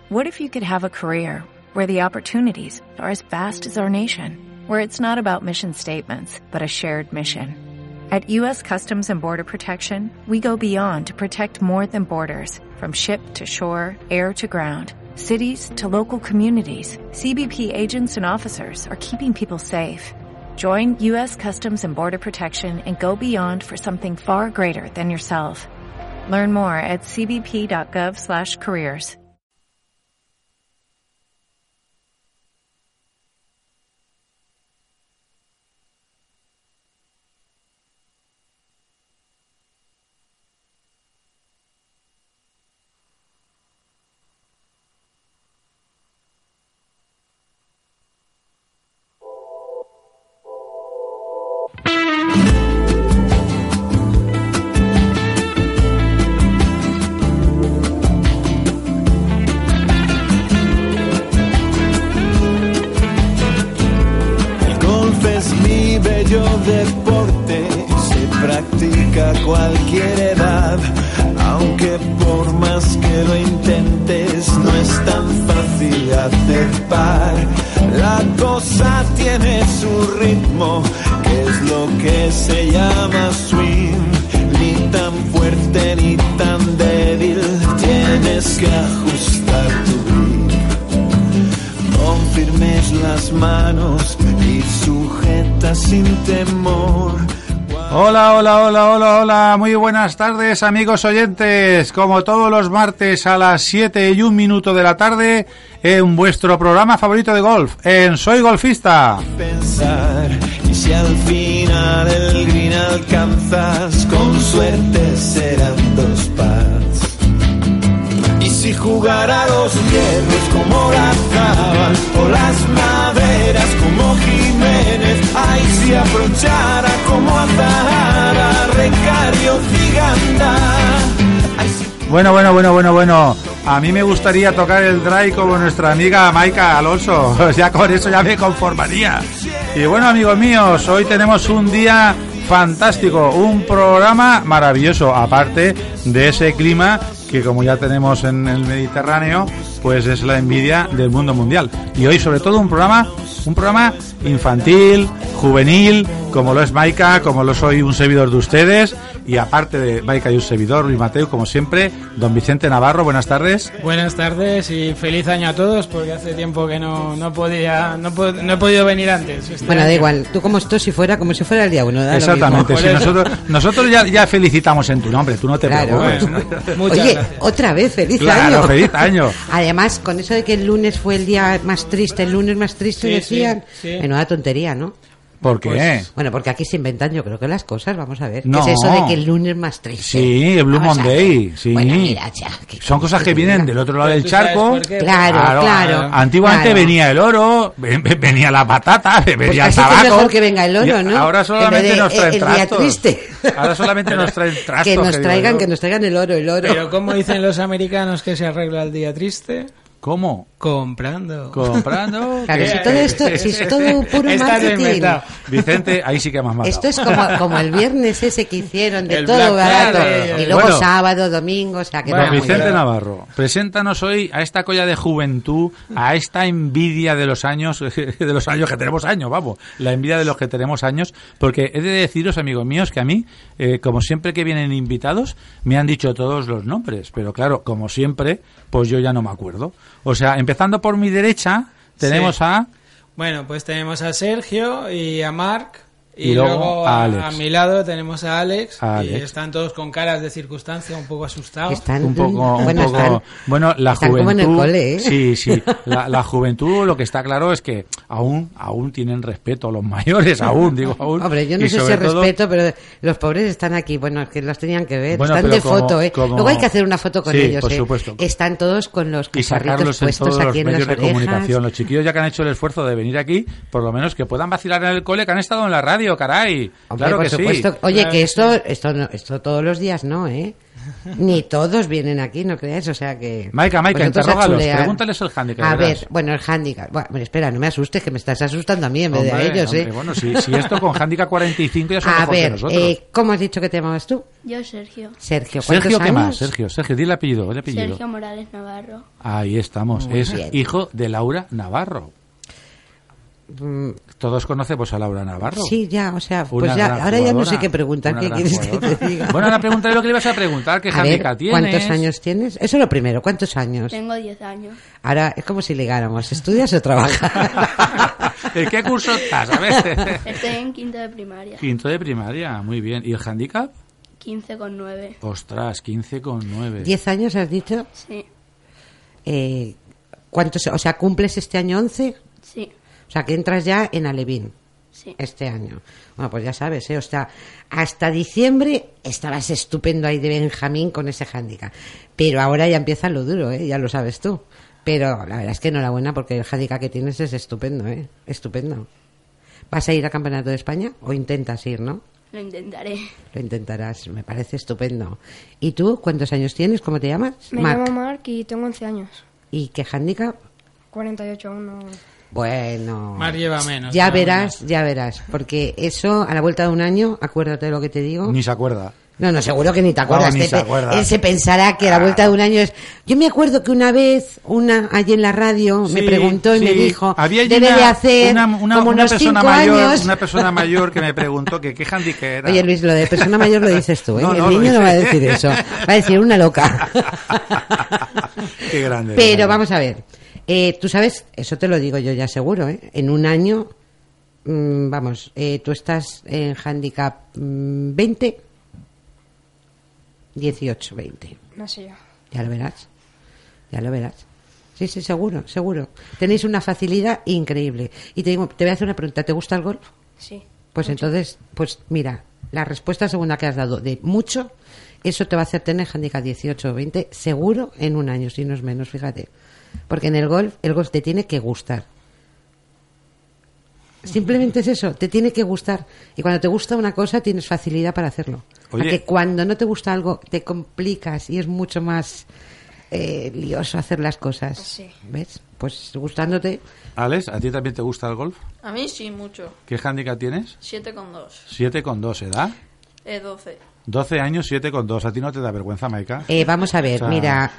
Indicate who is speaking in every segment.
Speaker 1: What if you could have a career where the opportunities are as vast as our nation, where it's not about mission statements, but a shared mission? At U.S. Customs and Border Protection, we go beyond to protect more than borders, from ship to shore, air to ground, cities to local communities. CBP agents and officers are keeping people safe. Join U.S. Customs and Border Protection and go beyond for something far greater than yourself. Learn more at cbp.gov/careers.
Speaker 2: Deporte se practica a cualquier edad, aunque por más que lo intentes no es tan fácil acertar. La cosa tiene su ritmo, que es lo que se llama swing, ni tan fuerte ni tan débil, tienes que ajustar tu grip. Pon firmes las manos y sujeta sin temor.
Speaker 3: Hola, muy buenas tardes, amigos oyentes. Como todos los martes a las 7:01 de la tarde, en vuestro programa favorito de golf, en Soy Golfista.
Speaker 2: Pensar, y si al final el green alcanzas, con suerte serán 2 putts. Y si jugara los hierros como Lazábal o las maderas como Jiménez, ay, si aprovechara como Azahara, Recario, Ciganda.
Speaker 3: Bueno. A mí me gustaría tocar el drive como nuestra amiga Maika Alonso. Ya con eso ya me conformaría. Y bueno, amigos míos, hoy tenemos un día fantástico, un programa maravilloso, aparte de ese clima que, como ya tenemos en el Mediterráneo, pues es la envidia del mundo mundial. Y hoy sobre todo un programa infantil, juvenil, como lo es Maika, como lo soy un servidor de ustedes, y aparte de Maika y un servidor, Luis Mateo, como siempre, don Vicente Navarro. Buenas tardes.
Speaker 4: Buenas tardes y feliz año a todos, porque hace tiempo que no he podido venir antes.
Speaker 5: Bueno, da igual, tú como si fuera el día 1.
Speaker 3: Exactamente, sí, nosotros ya felicitamos en tu nombre, tú no te preocupes.
Speaker 5: Oye, gracias. Otra vez, feliz año.
Speaker 3: Claro, feliz año.
Speaker 5: Además, con eso de que el lunes fue el día más triste,
Speaker 4: sí,
Speaker 5: decían,
Speaker 4: sí.
Speaker 5: Menuda tontería, ¿no?
Speaker 3: ¿Por qué?
Speaker 5: Pues, bueno, porque aquí se inventan, yo creo que las cosas, vamos a ver.
Speaker 3: No.
Speaker 5: ¿Qué es eso de que el lunes más triste?
Speaker 3: Sí, el Blue Monday, sí.
Speaker 5: Bueno, mira, ya,
Speaker 3: son cosas que vienen del otro lado del charco.
Speaker 5: Claro.
Speaker 3: Antiguamente venía el oro, venía la patata, venía el tabaco.
Speaker 5: Es mejor que venga el oro, ¿no?
Speaker 3: Ahora solamente nos traen
Speaker 5: el
Speaker 3: trastos.
Speaker 5: día triste.
Speaker 3: Ahora solamente nos traen trastos.
Speaker 5: Que nos traigan el oro.
Speaker 4: Pero ¿cómo dicen los americanos que se arregla el día triste?
Speaker 3: ¿Cómo?
Speaker 4: Comprando.
Speaker 5: Claro, si es todo puro marketing.
Speaker 3: Vicente, ahí sí que más mal.
Speaker 5: Esto es como el viernes ese que hicieron de
Speaker 4: el
Speaker 5: todo barato.
Speaker 4: Friday.
Speaker 5: Y luego sábado, domingo, o sea que
Speaker 3: bueno, Vicente Navarro, preséntanos hoy a esta colla de juventud, a esta envidia de los años que tenemos años, vamos, la envidia de los que tenemos años, porque he de deciros, amigos míos, que a mí, como siempre que vienen invitados, me han dicho todos los nombres, pero claro, como siempre, pues yo ya no me acuerdo. O sea, empezando por mi derecha, tenemos a...
Speaker 4: Bueno, pues tenemos a Sergio y a Marc.
Speaker 3: Y luego a
Speaker 4: mi lado tenemos a Alex. Y están todos con caras de circunstancia, un poco asustados.
Speaker 3: Están bueno, la
Speaker 5: están
Speaker 3: juventud,
Speaker 5: como en el cole, ¿eh?
Speaker 3: Sí, la juventud, lo que está claro es que aún tienen respeto a los mayores, aún.
Speaker 5: Hombre, yo no sé si respeto, pero los pobres están aquí, bueno, es que los tenían que ver,
Speaker 3: bueno,
Speaker 5: están de foto, ¿eh?
Speaker 3: Como...
Speaker 5: Luego hay que hacer una foto con ellos,
Speaker 3: por supuesto.
Speaker 5: Están todos con los cacharritos puestos aquí en las orejas.
Speaker 3: Comunicación. Los chiquillos ya que han hecho el esfuerzo de venir aquí, por lo menos que puedan vacilar en el cole, que han estado en la radio, caray.
Speaker 5: Hombre,
Speaker 3: claro
Speaker 5: por
Speaker 3: que
Speaker 5: supuesto.
Speaker 3: sí.
Speaker 5: Oye, que esto todos los días no, ¿eh? Ni todos vienen aquí, no creáis, o sea que...
Speaker 3: Maika, interrógalos, pregúntales el hándicap.
Speaker 5: A ver, bueno, el hándicap. Bueno, espera, no me asustes, que me estás asustando a mí en vez de a ellos, ¿eh?
Speaker 3: Bueno, si esto con hándicap 45 ya son mejor que nosotros.
Speaker 5: ¿Cómo has dicho que te llamabas tú?
Speaker 6: Yo, Sergio.
Speaker 5: Sergio, ¿cuántos años?
Speaker 3: ¿Qué más? Sergio, di el apellido.
Speaker 6: Sergio Morales Navarro.
Speaker 3: Ahí estamos, es hijo de Laura Navarro. Todos conocemos a Laura Navarro.
Speaker 5: Sí, ya, o sea, pues ya, ahora ya no sé qué preguntar, ¿qué quieres que te diga?
Speaker 3: Bueno, ahora pregúntale lo que le ibas a preguntar, ¿qué hándicap tienes?
Speaker 5: ¿Cuántos años tienes? Eso es lo primero, ¿cuántos años?
Speaker 6: Tengo 10 años.
Speaker 5: Ahora es como si ligáramos, ¿estudias o trabajas?
Speaker 3: ¿En qué curso estás? A ver.
Speaker 6: Estoy en quinto de primaria.
Speaker 3: Quinto de primaria, muy bien. ¿Y el hándicap?
Speaker 6: 15,9.
Speaker 3: Ostras, 15,9.
Speaker 5: ¿10 años has dicho?
Speaker 6: Sí.
Speaker 5: ¿Cuántos? O sea, ¿cumples este año 11?
Speaker 6: Sí.
Speaker 5: O sea, que entras ya en Alevín.
Speaker 6: Sí.
Speaker 5: Este año. Bueno, pues ya sabes, o sea, hasta diciembre estabas estupendo ahí de Benjamín con ese hándicap. Pero ahora ya empieza lo duro, ya lo sabes tú. Pero la verdad es que enhorabuena porque el hándicap que tienes es estupendo, estupendo. ¿Vas a ir al Campeonato de España o intentas ir, no?
Speaker 6: Lo intentaré.
Speaker 5: Lo intentarás, me parece estupendo. ¿Y tú cuántos años tienes? ¿Cómo te llamas?
Speaker 7: Me llamo Marc y tengo 11 años.
Speaker 5: ¿Y qué hándicap?
Speaker 7: 48 aún no...
Speaker 5: Bueno,
Speaker 4: Mar lleva menos.
Speaker 5: Ya verás, porque eso a la vuelta de un año, acuérdate de lo que te digo.
Speaker 3: Ni se acuerda.
Speaker 5: No, seguro que ni te acuerdas.
Speaker 3: No, ni se acuerda.
Speaker 5: Él se pensará que a la vuelta de un año es... Yo me acuerdo que una vez, allí en la radio, me preguntó y me dijo, debe de hacer como unos 5 años...
Speaker 3: Una persona mayor que me preguntó que qué hándicap era.
Speaker 5: Oye, Luis, lo de persona mayor lo dices tú, ¿eh?
Speaker 3: No,
Speaker 5: el niño no va a decir eso. Va a decir una loca.
Speaker 3: Qué grande.
Speaker 5: Pero vamos a ver. Tú sabes, eso te lo digo yo ya seguro, en un año, tú estás en hándicap 20, 18, 20.
Speaker 7: No sé yo.
Speaker 5: Ya lo verás. Sí, seguro. Tenéis una facilidad increíble. Y te voy a hacer una pregunta, ¿te gusta el golf?
Speaker 7: Sí.
Speaker 5: Pues mucho. Entonces, mira, la respuesta segunda que has dado de mucho, eso te va a hacer tener hándicap 18 o 20 seguro en un año, si no es menos, fíjate. Porque en el golf te tiene que gustar. Simplemente es eso, te tiene que gustar. Y cuando te gusta una cosa, tienes facilidad para hacerlo. Porque cuando no te gusta algo, te complicas y es mucho más lioso hacer las cosas.
Speaker 7: Sí.
Speaker 5: ¿Ves? Pues gustándote.
Speaker 3: Alex, ¿a ti también te gusta el golf?
Speaker 6: A mí sí, mucho.
Speaker 3: ¿Qué hándicap tienes?
Speaker 6: 7,2.
Speaker 3: 7,2, ¿edad?
Speaker 6: 12.
Speaker 3: 12 años, 7,2. ¿A ti no te da vergüenza, Maika?
Speaker 5: Vamos a ver, mira.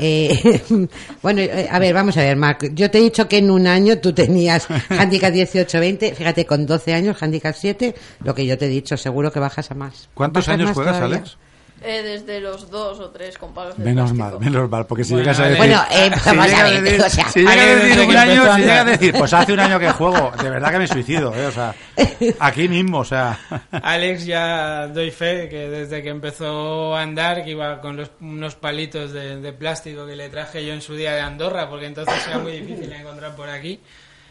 Speaker 5: Vamos a ver, Marc. Yo te he dicho que en un año tú tenías hándicap 18-20. Fíjate, con 12 años, hándicap 7. Lo que yo te he dicho, seguro que bajas a más.
Speaker 3: ¿Cuántos años juegas,
Speaker 5: todavía?
Speaker 3: Alex?
Speaker 6: Desde los 2 o 3 con palos de
Speaker 3: menos
Speaker 6: plástico.
Speaker 3: mal, porque si llegas a decir... si llega a decir, pues hace un año que juego, de verdad que me suicido, o sea, aquí mismo, o sea...
Speaker 4: Alex, ya doy fe que desde que empezó a andar, que iba con unos palitos de plástico que le traje yo en su día de Andorra, porque entonces era muy difícil encontrar por aquí,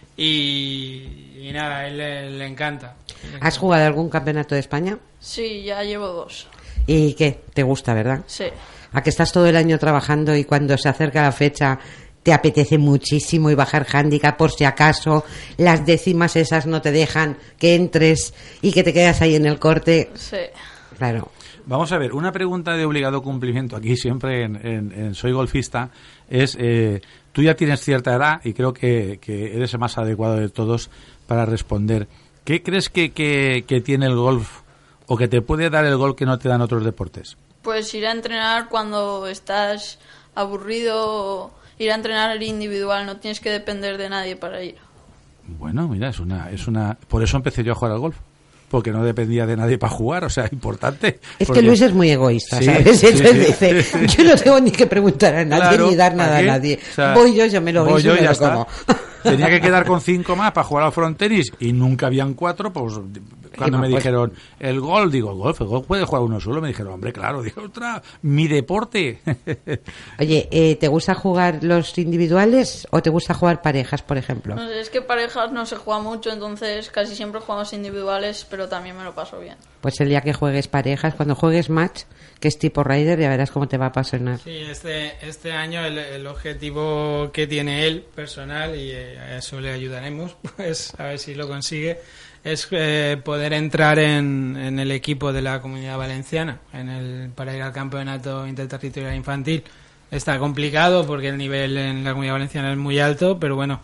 Speaker 4: y nada, a él le encanta.
Speaker 5: ¿Has jugado algún campeonato de España?
Speaker 6: Sí, ya llevo 2.
Speaker 5: ¿Y qué? ¿Te gusta, verdad?
Speaker 6: Sí.
Speaker 5: ¿A que estás todo el año trabajando y cuando se acerca la fecha te apetece muchísimo y bajar hándicap por si acaso las décimas esas no te dejan que entres y que te quedas ahí en el corte?
Speaker 6: Sí.
Speaker 5: Claro.
Speaker 3: Vamos a ver, una pregunta de obligado cumplimiento aquí siempre en Soy Golfista es, tú ya tienes cierta edad y creo que eres el más adecuado de todos para responder. ¿Qué crees que tiene el golf o que te puede dar el golf que no te dan otros deportes?
Speaker 6: Pues ir a entrenar cuando estás aburrido, ir a entrenar individual, no tienes que depender de nadie para ir.
Speaker 3: Bueno, mira, es una por eso empecé yo a jugar al golf. Porque no dependía de nadie para jugar, o sea, importante.
Speaker 5: Es
Speaker 3: porque...
Speaker 5: que Luis es muy egoísta,
Speaker 3: sí,
Speaker 5: ¿sabes?
Speaker 3: Sí,
Speaker 5: entonces dice, yo no tengo ni que preguntar a nadie,
Speaker 3: claro,
Speaker 5: ni dar nada a nadie.
Speaker 3: O sea,
Speaker 5: voy yo me lo
Speaker 3: voy yo y
Speaker 5: me
Speaker 3: ya
Speaker 5: lo
Speaker 3: está.
Speaker 5: como.
Speaker 3: Tenía que quedar con 5 más para jugar al frontenis y nunca habían 4, pues cuando me dijeron el golf, digo, el golf puede jugar uno solo, me dijeron, hombre, claro, digo, ostras, mi deporte.
Speaker 5: Oye, ¿te gusta jugar los individuales o te gusta jugar parejas, por ejemplo?
Speaker 6: No sé, es que parejas no se juega mucho, entonces casi siempre jugamos individuales, pero también me lo paso bien.
Speaker 5: Pues el día que juegues parejas, cuando juegues match, que es tipo Raider, ya verás cómo te va a apasionar.
Speaker 4: Sí, este año el objetivo que tiene él, personal, y a eso le ayudaremos, pues a ver si lo consigue, es poder entrar en el equipo de la Comunidad Valenciana para ir al campeonato interterritorial infantil. Está complicado porque el nivel en la Comunidad Valenciana es muy alto, pero bueno,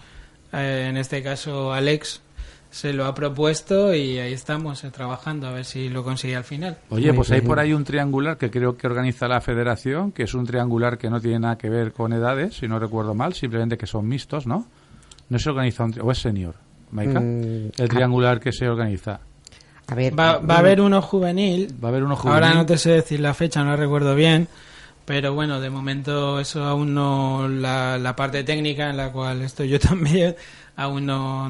Speaker 4: en este caso Alex se lo ha propuesto y ahí estamos trabajando a ver si lo consigue al final.
Speaker 3: Oye, pues hay por ahí un triangular que creo que organiza la federación, que es un triangular que no tiene nada que ver con edades, si no recuerdo mal, simplemente que son mixtos, ¿no? No se organiza o es senior, Maika, el triangular que se organiza.
Speaker 5: A ver,
Speaker 4: va a haber uno juvenil.
Speaker 3: Va a haber uno juvenil.
Speaker 4: Ahora no te sé decir la fecha, no recuerdo bien. Pero bueno, de momento eso aún no, la parte técnica en la cual estoy yo también, aún no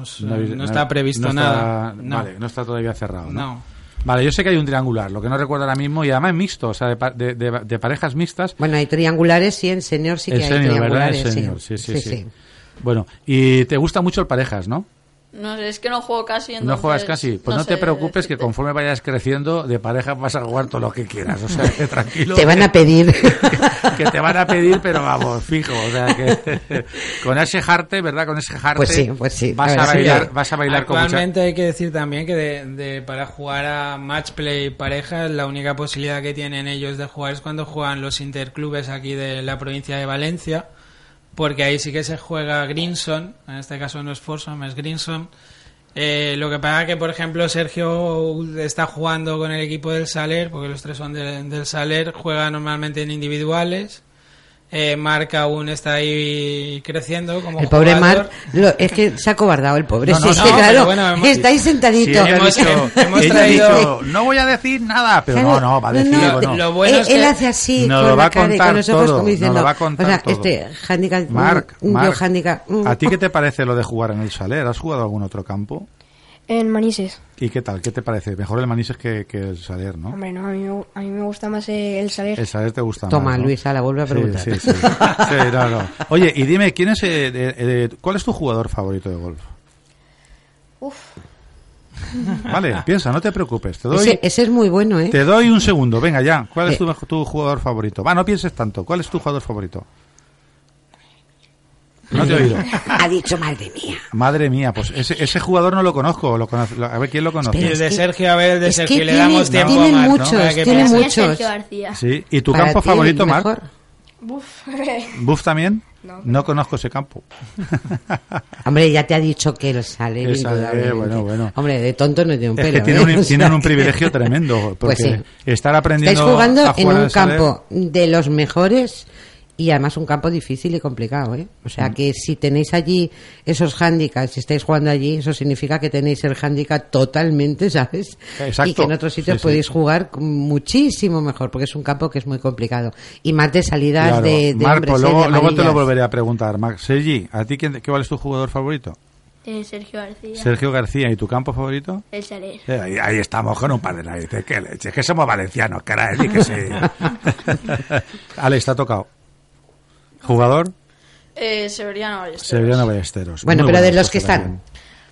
Speaker 4: está previsto nada.
Speaker 3: Vale, no está todavía cerrado, ¿no?
Speaker 4: No.
Speaker 3: Vale, yo sé que hay un triangular, lo que no recuerdo ahora mismo, y además es mixto, o sea, de parejas mixtas.
Speaker 5: Bueno, hay triangulares, sí, en senior sí que hay triangulares.
Speaker 3: El senior, sí. Bueno, y te gusta mucho el parejas, ¿no?
Speaker 6: No sé, es que no juego casi. Entonces,
Speaker 3: no juegas casi. Pues no te preocupes, que conforme vayas creciendo, de pareja vas a jugar todo lo que quieras. O sea, que tranquilo.
Speaker 5: Te van a pedir.
Speaker 3: Que te van a pedir, pero vamos, fijo. O sea, que con ese jarte, ¿verdad? Con ese jarte.
Speaker 5: Pues sí.
Speaker 3: Vas a bailar con mucha...
Speaker 4: Actualmente hay que decir también que para jugar a match play parejas, la única posibilidad que tienen ellos de jugar es cuando juegan los interclubes aquí de la provincia de Valencia. Porque ahí sí que se juega Grinson, en este caso no es Forsam, es Grinson. Lo que pasa que, por ejemplo, Sergio está jugando con el equipo del Saler, porque los tres son del Saler, juega normalmente en individuales. Marc aún está ahí creciendo como
Speaker 5: el pobre
Speaker 4: jugador.
Speaker 5: Marc es que se ha cobardado el pobre.
Speaker 3: No,
Speaker 5: claro,
Speaker 4: bueno,
Speaker 5: estáis sentaditos.
Speaker 3: Sí, hemos traído... no voy a decir nada, pero
Speaker 5: claro,
Speaker 3: no, va a decir algo. No.
Speaker 4: Lo bueno es que
Speaker 5: él hace así
Speaker 3: nos
Speaker 5: con
Speaker 3: lo va
Speaker 5: la cara
Speaker 3: a contar
Speaker 5: y con los ojos
Speaker 3: todo,
Speaker 5: como diciendo,
Speaker 3: nos lo va a contar
Speaker 5: o sea,
Speaker 3: todo.
Speaker 5: handicap,
Speaker 3: Marc,
Speaker 5: handicap.
Speaker 3: ¿A ti qué te parece lo de jugar en el Saler? ¿Has jugado algún otro campo?
Speaker 7: En Manises.
Speaker 3: ¿Y qué tal? ¿Qué te parece? Mejor el Manises que el Saler, ¿no?
Speaker 7: Hombre, no, a mí me gusta más el Saler.
Speaker 3: El Saler te gusta
Speaker 5: Toma,
Speaker 3: más, ¿no?
Speaker 5: Luisa, la vuelve a preguntar.
Speaker 3: Sí, no. Oye, y dime, ¿cuál es tu jugador favorito de golf? Vale, piensa, no te preocupes.
Speaker 5: Ese es muy bueno, ¿eh?
Speaker 3: Te doy un segundo, venga ya. ¿Cuál es tu jugador favorito? No pienses tanto. ¿Cuál es tu jugador favorito? No te he oído.
Speaker 5: Ha dicho, madre mía.
Speaker 3: Madre mía, pues ese jugador no lo conozco. A ver, ¿quién lo conoce?
Speaker 4: El de Sergio, a ver, el de Sergio. Le damos tiempo
Speaker 5: tiene
Speaker 4: a Marc,
Speaker 5: muchos,
Speaker 4: ¿no?
Speaker 5: tiene muchos.
Speaker 6: Sergio García.
Speaker 3: Sí. ¿Y tu
Speaker 5: Para
Speaker 3: campo
Speaker 5: ti,
Speaker 3: favorito,
Speaker 5: mejor.
Speaker 3: Marc? ¿Buff también? No conozco ese campo.
Speaker 5: Hombre, ya te ha dicho que el Saler, indudablemente.
Speaker 3: Bueno.
Speaker 5: Hombre, de tonto no tiene un pelo.
Speaker 3: Es que tienen un privilegio tremendo. Porque
Speaker 5: pues sí.
Speaker 3: Estar aprendiendo
Speaker 5: estáis jugando
Speaker 3: a jugar
Speaker 5: en un
Speaker 3: Saler,
Speaker 5: campo de los mejores y además un campo difícil y complicado, ¿eh? O sea que si tenéis allí esos hándicaps, si estáis jugando allí, eso significa que tenéis el hándicap totalmente, ¿sabes?
Speaker 3: Exacto.
Speaker 5: Y que en otros sitios podéis jugar muchísimo mejor, porque es un campo que es muy complicado. Y más de salidas
Speaker 3: claro.
Speaker 5: de
Speaker 3: Marco,
Speaker 5: hombres,
Speaker 3: luego te lo volveré a preguntar. Sergi, ¿a ti cuál es tu jugador favorito?
Speaker 6: Sergio García.
Speaker 3: Sergio García. ¿Y tu campo favorito?
Speaker 6: El Saler.
Speaker 3: Ahí estamos con un par de narices. ¿Qué leche? Es que somos valencianos, caray. Que sí. Alex, te ha tocado. ¿Jugador?
Speaker 6: Severiano
Speaker 3: Ballesteros.
Speaker 5: Bueno,
Speaker 3: muy
Speaker 5: pero de
Speaker 3: buena
Speaker 5: los que están.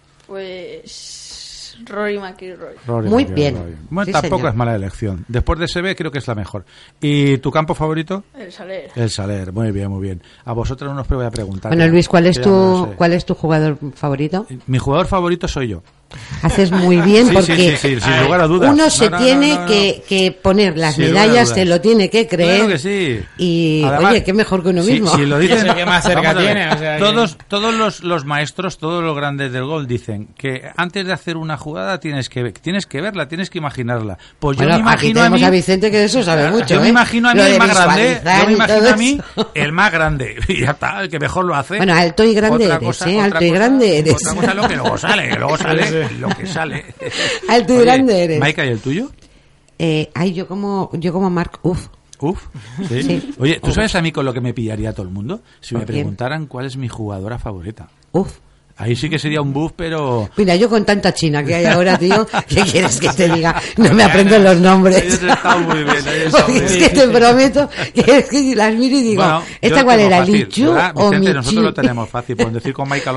Speaker 6: Pues Rory McIlroy.
Speaker 5: Muy bien.
Speaker 3: Bueno,
Speaker 5: Sí,
Speaker 3: tampoco
Speaker 5: señor.
Speaker 3: es mala elección. Después de SB creo que es la mejor. ¿Y tu campo favorito?
Speaker 6: El Saler.
Speaker 3: El Saler. Muy bien. A vosotros no os voy a preguntar.
Speaker 5: Bueno, Luis, ¿cuál es
Speaker 3: Que ya no lo sé.
Speaker 5: cuál es tu jugador favorito?
Speaker 3: Mi jugador favorito soy yo.
Speaker 5: Haces muy bien
Speaker 3: Sí,
Speaker 5: porque
Speaker 3: sí, sin lugar a dudas.
Speaker 5: uno se
Speaker 3: No.
Speaker 5: tiene que poner las
Speaker 3: Sin lugar a
Speaker 5: medallas,
Speaker 3: dudas.
Speaker 5: se lo tiene que creer.
Speaker 3: Claro que sí.
Speaker 5: Y
Speaker 3: Además,
Speaker 5: oye, qué mejor que uno mismo.
Speaker 3: Si lo dicen,
Speaker 4: Es el que más cerca
Speaker 3: vamos a ver,
Speaker 4: tiene, o sea que-
Speaker 3: todos los maestros, todos los grandes del golf dicen que antes de hacer una jugada tienes que verla, tienes que imaginarla. Pues yo
Speaker 5: Bueno,
Speaker 3: me
Speaker 5: aquí
Speaker 3: imagino a
Speaker 5: tenemos
Speaker 3: mí
Speaker 5: a Vicente que de eso sabe mucho.
Speaker 3: Yo me imagino a mí
Speaker 5: Lo
Speaker 3: el
Speaker 5: de
Speaker 3: más grande,
Speaker 5: visualizar
Speaker 3: yo me
Speaker 5: y
Speaker 3: imagino
Speaker 5: todo
Speaker 3: a mí
Speaker 5: eso.
Speaker 3: el más grande y ya está, el que mejor lo hace.
Speaker 5: Bueno, alto y grande eres, ¿eh? Alto y grande eres.
Speaker 3: Otra cosa es lo que luego sale, lo que sale.
Speaker 5: Alto y
Speaker 3: Oye,
Speaker 5: grande eres.
Speaker 3: Maika, ¿y el tuyo?
Speaker 5: Yo como Marc,
Speaker 3: Uf, ¿sí?
Speaker 5: Sí.
Speaker 3: Oye, ¿tú sabes a mí con lo que me pillaría todo el mundo? Si me
Speaker 5: ¿Con quién?
Speaker 3: preguntaran cuál es mi jugadora favorita.
Speaker 5: uf.
Speaker 3: Ahí sí que sería un buff, pero...
Speaker 5: Mira, yo con tanta china que hay ahora, tío, ¿qué quieres que te diga? No me aprendo los nombres.
Speaker 3: Ahí está muy bien, ahí está
Speaker 5: Porque
Speaker 3: muy
Speaker 5: es
Speaker 3: bien.
Speaker 5: que te prometo que es que si las miro y digo,
Speaker 3: Bueno, yo
Speaker 5: ¿esta
Speaker 3: lo
Speaker 5: cuál
Speaker 3: tengo
Speaker 5: era?
Speaker 3: fácil,
Speaker 5: ¿Lichu
Speaker 3: ¿verdad,
Speaker 5: o
Speaker 3: Vicente?
Speaker 5: Michi?
Speaker 3: Nosotros lo tenemos fácil. Pueden decir con Mike Alonso.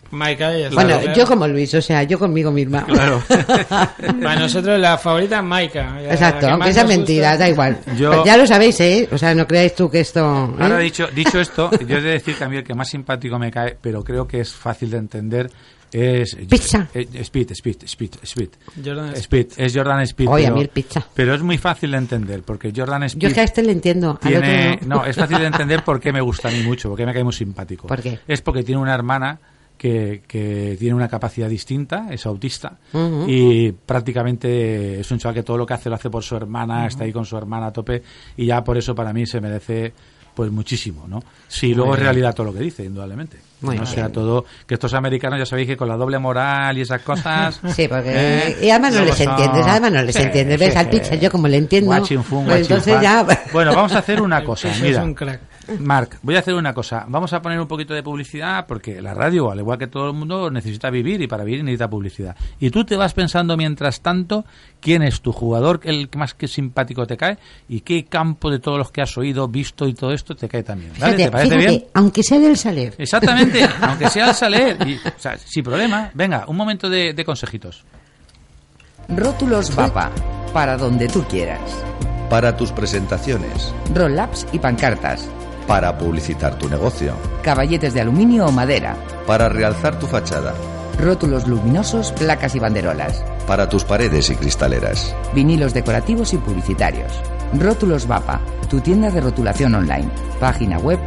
Speaker 4: Maika y ya está,
Speaker 5: Bueno,
Speaker 4: claro.
Speaker 5: yo como Luis, o sea, yo conmigo misma.
Speaker 3: Claro.
Speaker 4: Para nosotros la favorita es Maika.
Speaker 5: Exacto, aunque sea mentira, da igual.
Speaker 3: Yo-
Speaker 5: Pues ya lo sabéis, ¿eh? O sea, no creáis tú que esto... ¿eh?
Speaker 3: Ahora dicho esto, yo he de decir que a mí el que más simpático me cae, pero creo que es fácil de entender, es...
Speaker 5: Pizza.
Speaker 3: Speed.
Speaker 4: Jordan
Speaker 3: Speed, es Jordan Speed.
Speaker 5: Oye, a
Speaker 3: pero,
Speaker 5: mí el pizza.
Speaker 3: pero es muy fácil de entender, porque Jordan Speed...
Speaker 5: Yo es que a este le entiendo, al
Speaker 3: tiene,
Speaker 5: otro no.
Speaker 3: es fácil de entender por qué me gusta a mí mucho, porque me cae muy simpático.
Speaker 5: ¿Por qué?
Speaker 3: Es porque tiene una hermana que tiene una capacidad distinta, es autista,
Speaker 5: Ujú.
Speaker 3: y prácticamente es un chaval que todo lo que hace lo hace por su hermana, está ahí con su hermana a tope, y ya por eso para mí se merece pues muchísimo, ¿no? Sí, luego es realidad todo lo que dice, indudablemente.
Speaker 5: Muy
Speaker 3: No
Speaker 5: bien.
Speaker 3: sea todo, que estos americanos ya sabéis que con la doble moral y esas cosas...
Speaker 5: Sí, porque... Y además no
Speaker 3: luego
Speaker 5: les
Speaker 3: son-
Speaker 5: entiendes, además no les
Speaker 3: Sí,
Speaker 5: entiendes.
Speaker 3: sí,
Speaker 5: Ves al
Speaker 3: sí.
Speaker 5: pizza, yo como le entiendo...
Speaker 3: Watching fun,
Speaker 5: pues
Speaker 3: watching
Speaker 5: entonces
Speaker 3: fun.
Speaker 5: ya...
Speaker 3: Bueno, vamos a hacer una cosa,
Speaker 4: Eso
Speaker 3: mira.
Speaker 4: es un crack.
Speaker 3: Marc, voy a hacer una cosa. Vamos a poner un poquito de publicidad porque la radio, al igual que todo el mundo, necesita vivir y para vivir necesita publicidad. Y tú te vas pensando mientras tanto quién es tu jugador, el que más que simpático te cae y qué campo de todos los que has oído, visto y todo esto te cae también. ¿Vale? ¿Te parece
Speaker 5: fíjate,
Speaker 3: bien?
Speaker 5: aunque sea del Saler.
Speaker 3: Exactamente, aunque sea al salir. Y, o sea, sin problema. Venga, un momento de consejitos.
Speaker 8: Rótulos Vapa, para donde tú quieras.
Speaker 9: Para tus presentaciones,
Speaker 8: Roll-ups y pancartas.
Speaker 9: para publicitar tu negocio,
Speaker 8: Caballetes de aluminio o madera.
Speaker 9: para realzar tu fachada,
Speaker 8: Rótulos luminosos, placas y banderolas.
Speaker 9: para tus paredes y cristaleras.
Speaker 8: Vinilos decorativos y publicitarios. Rótulos Vapa, tu tienda de rotulación online. Página web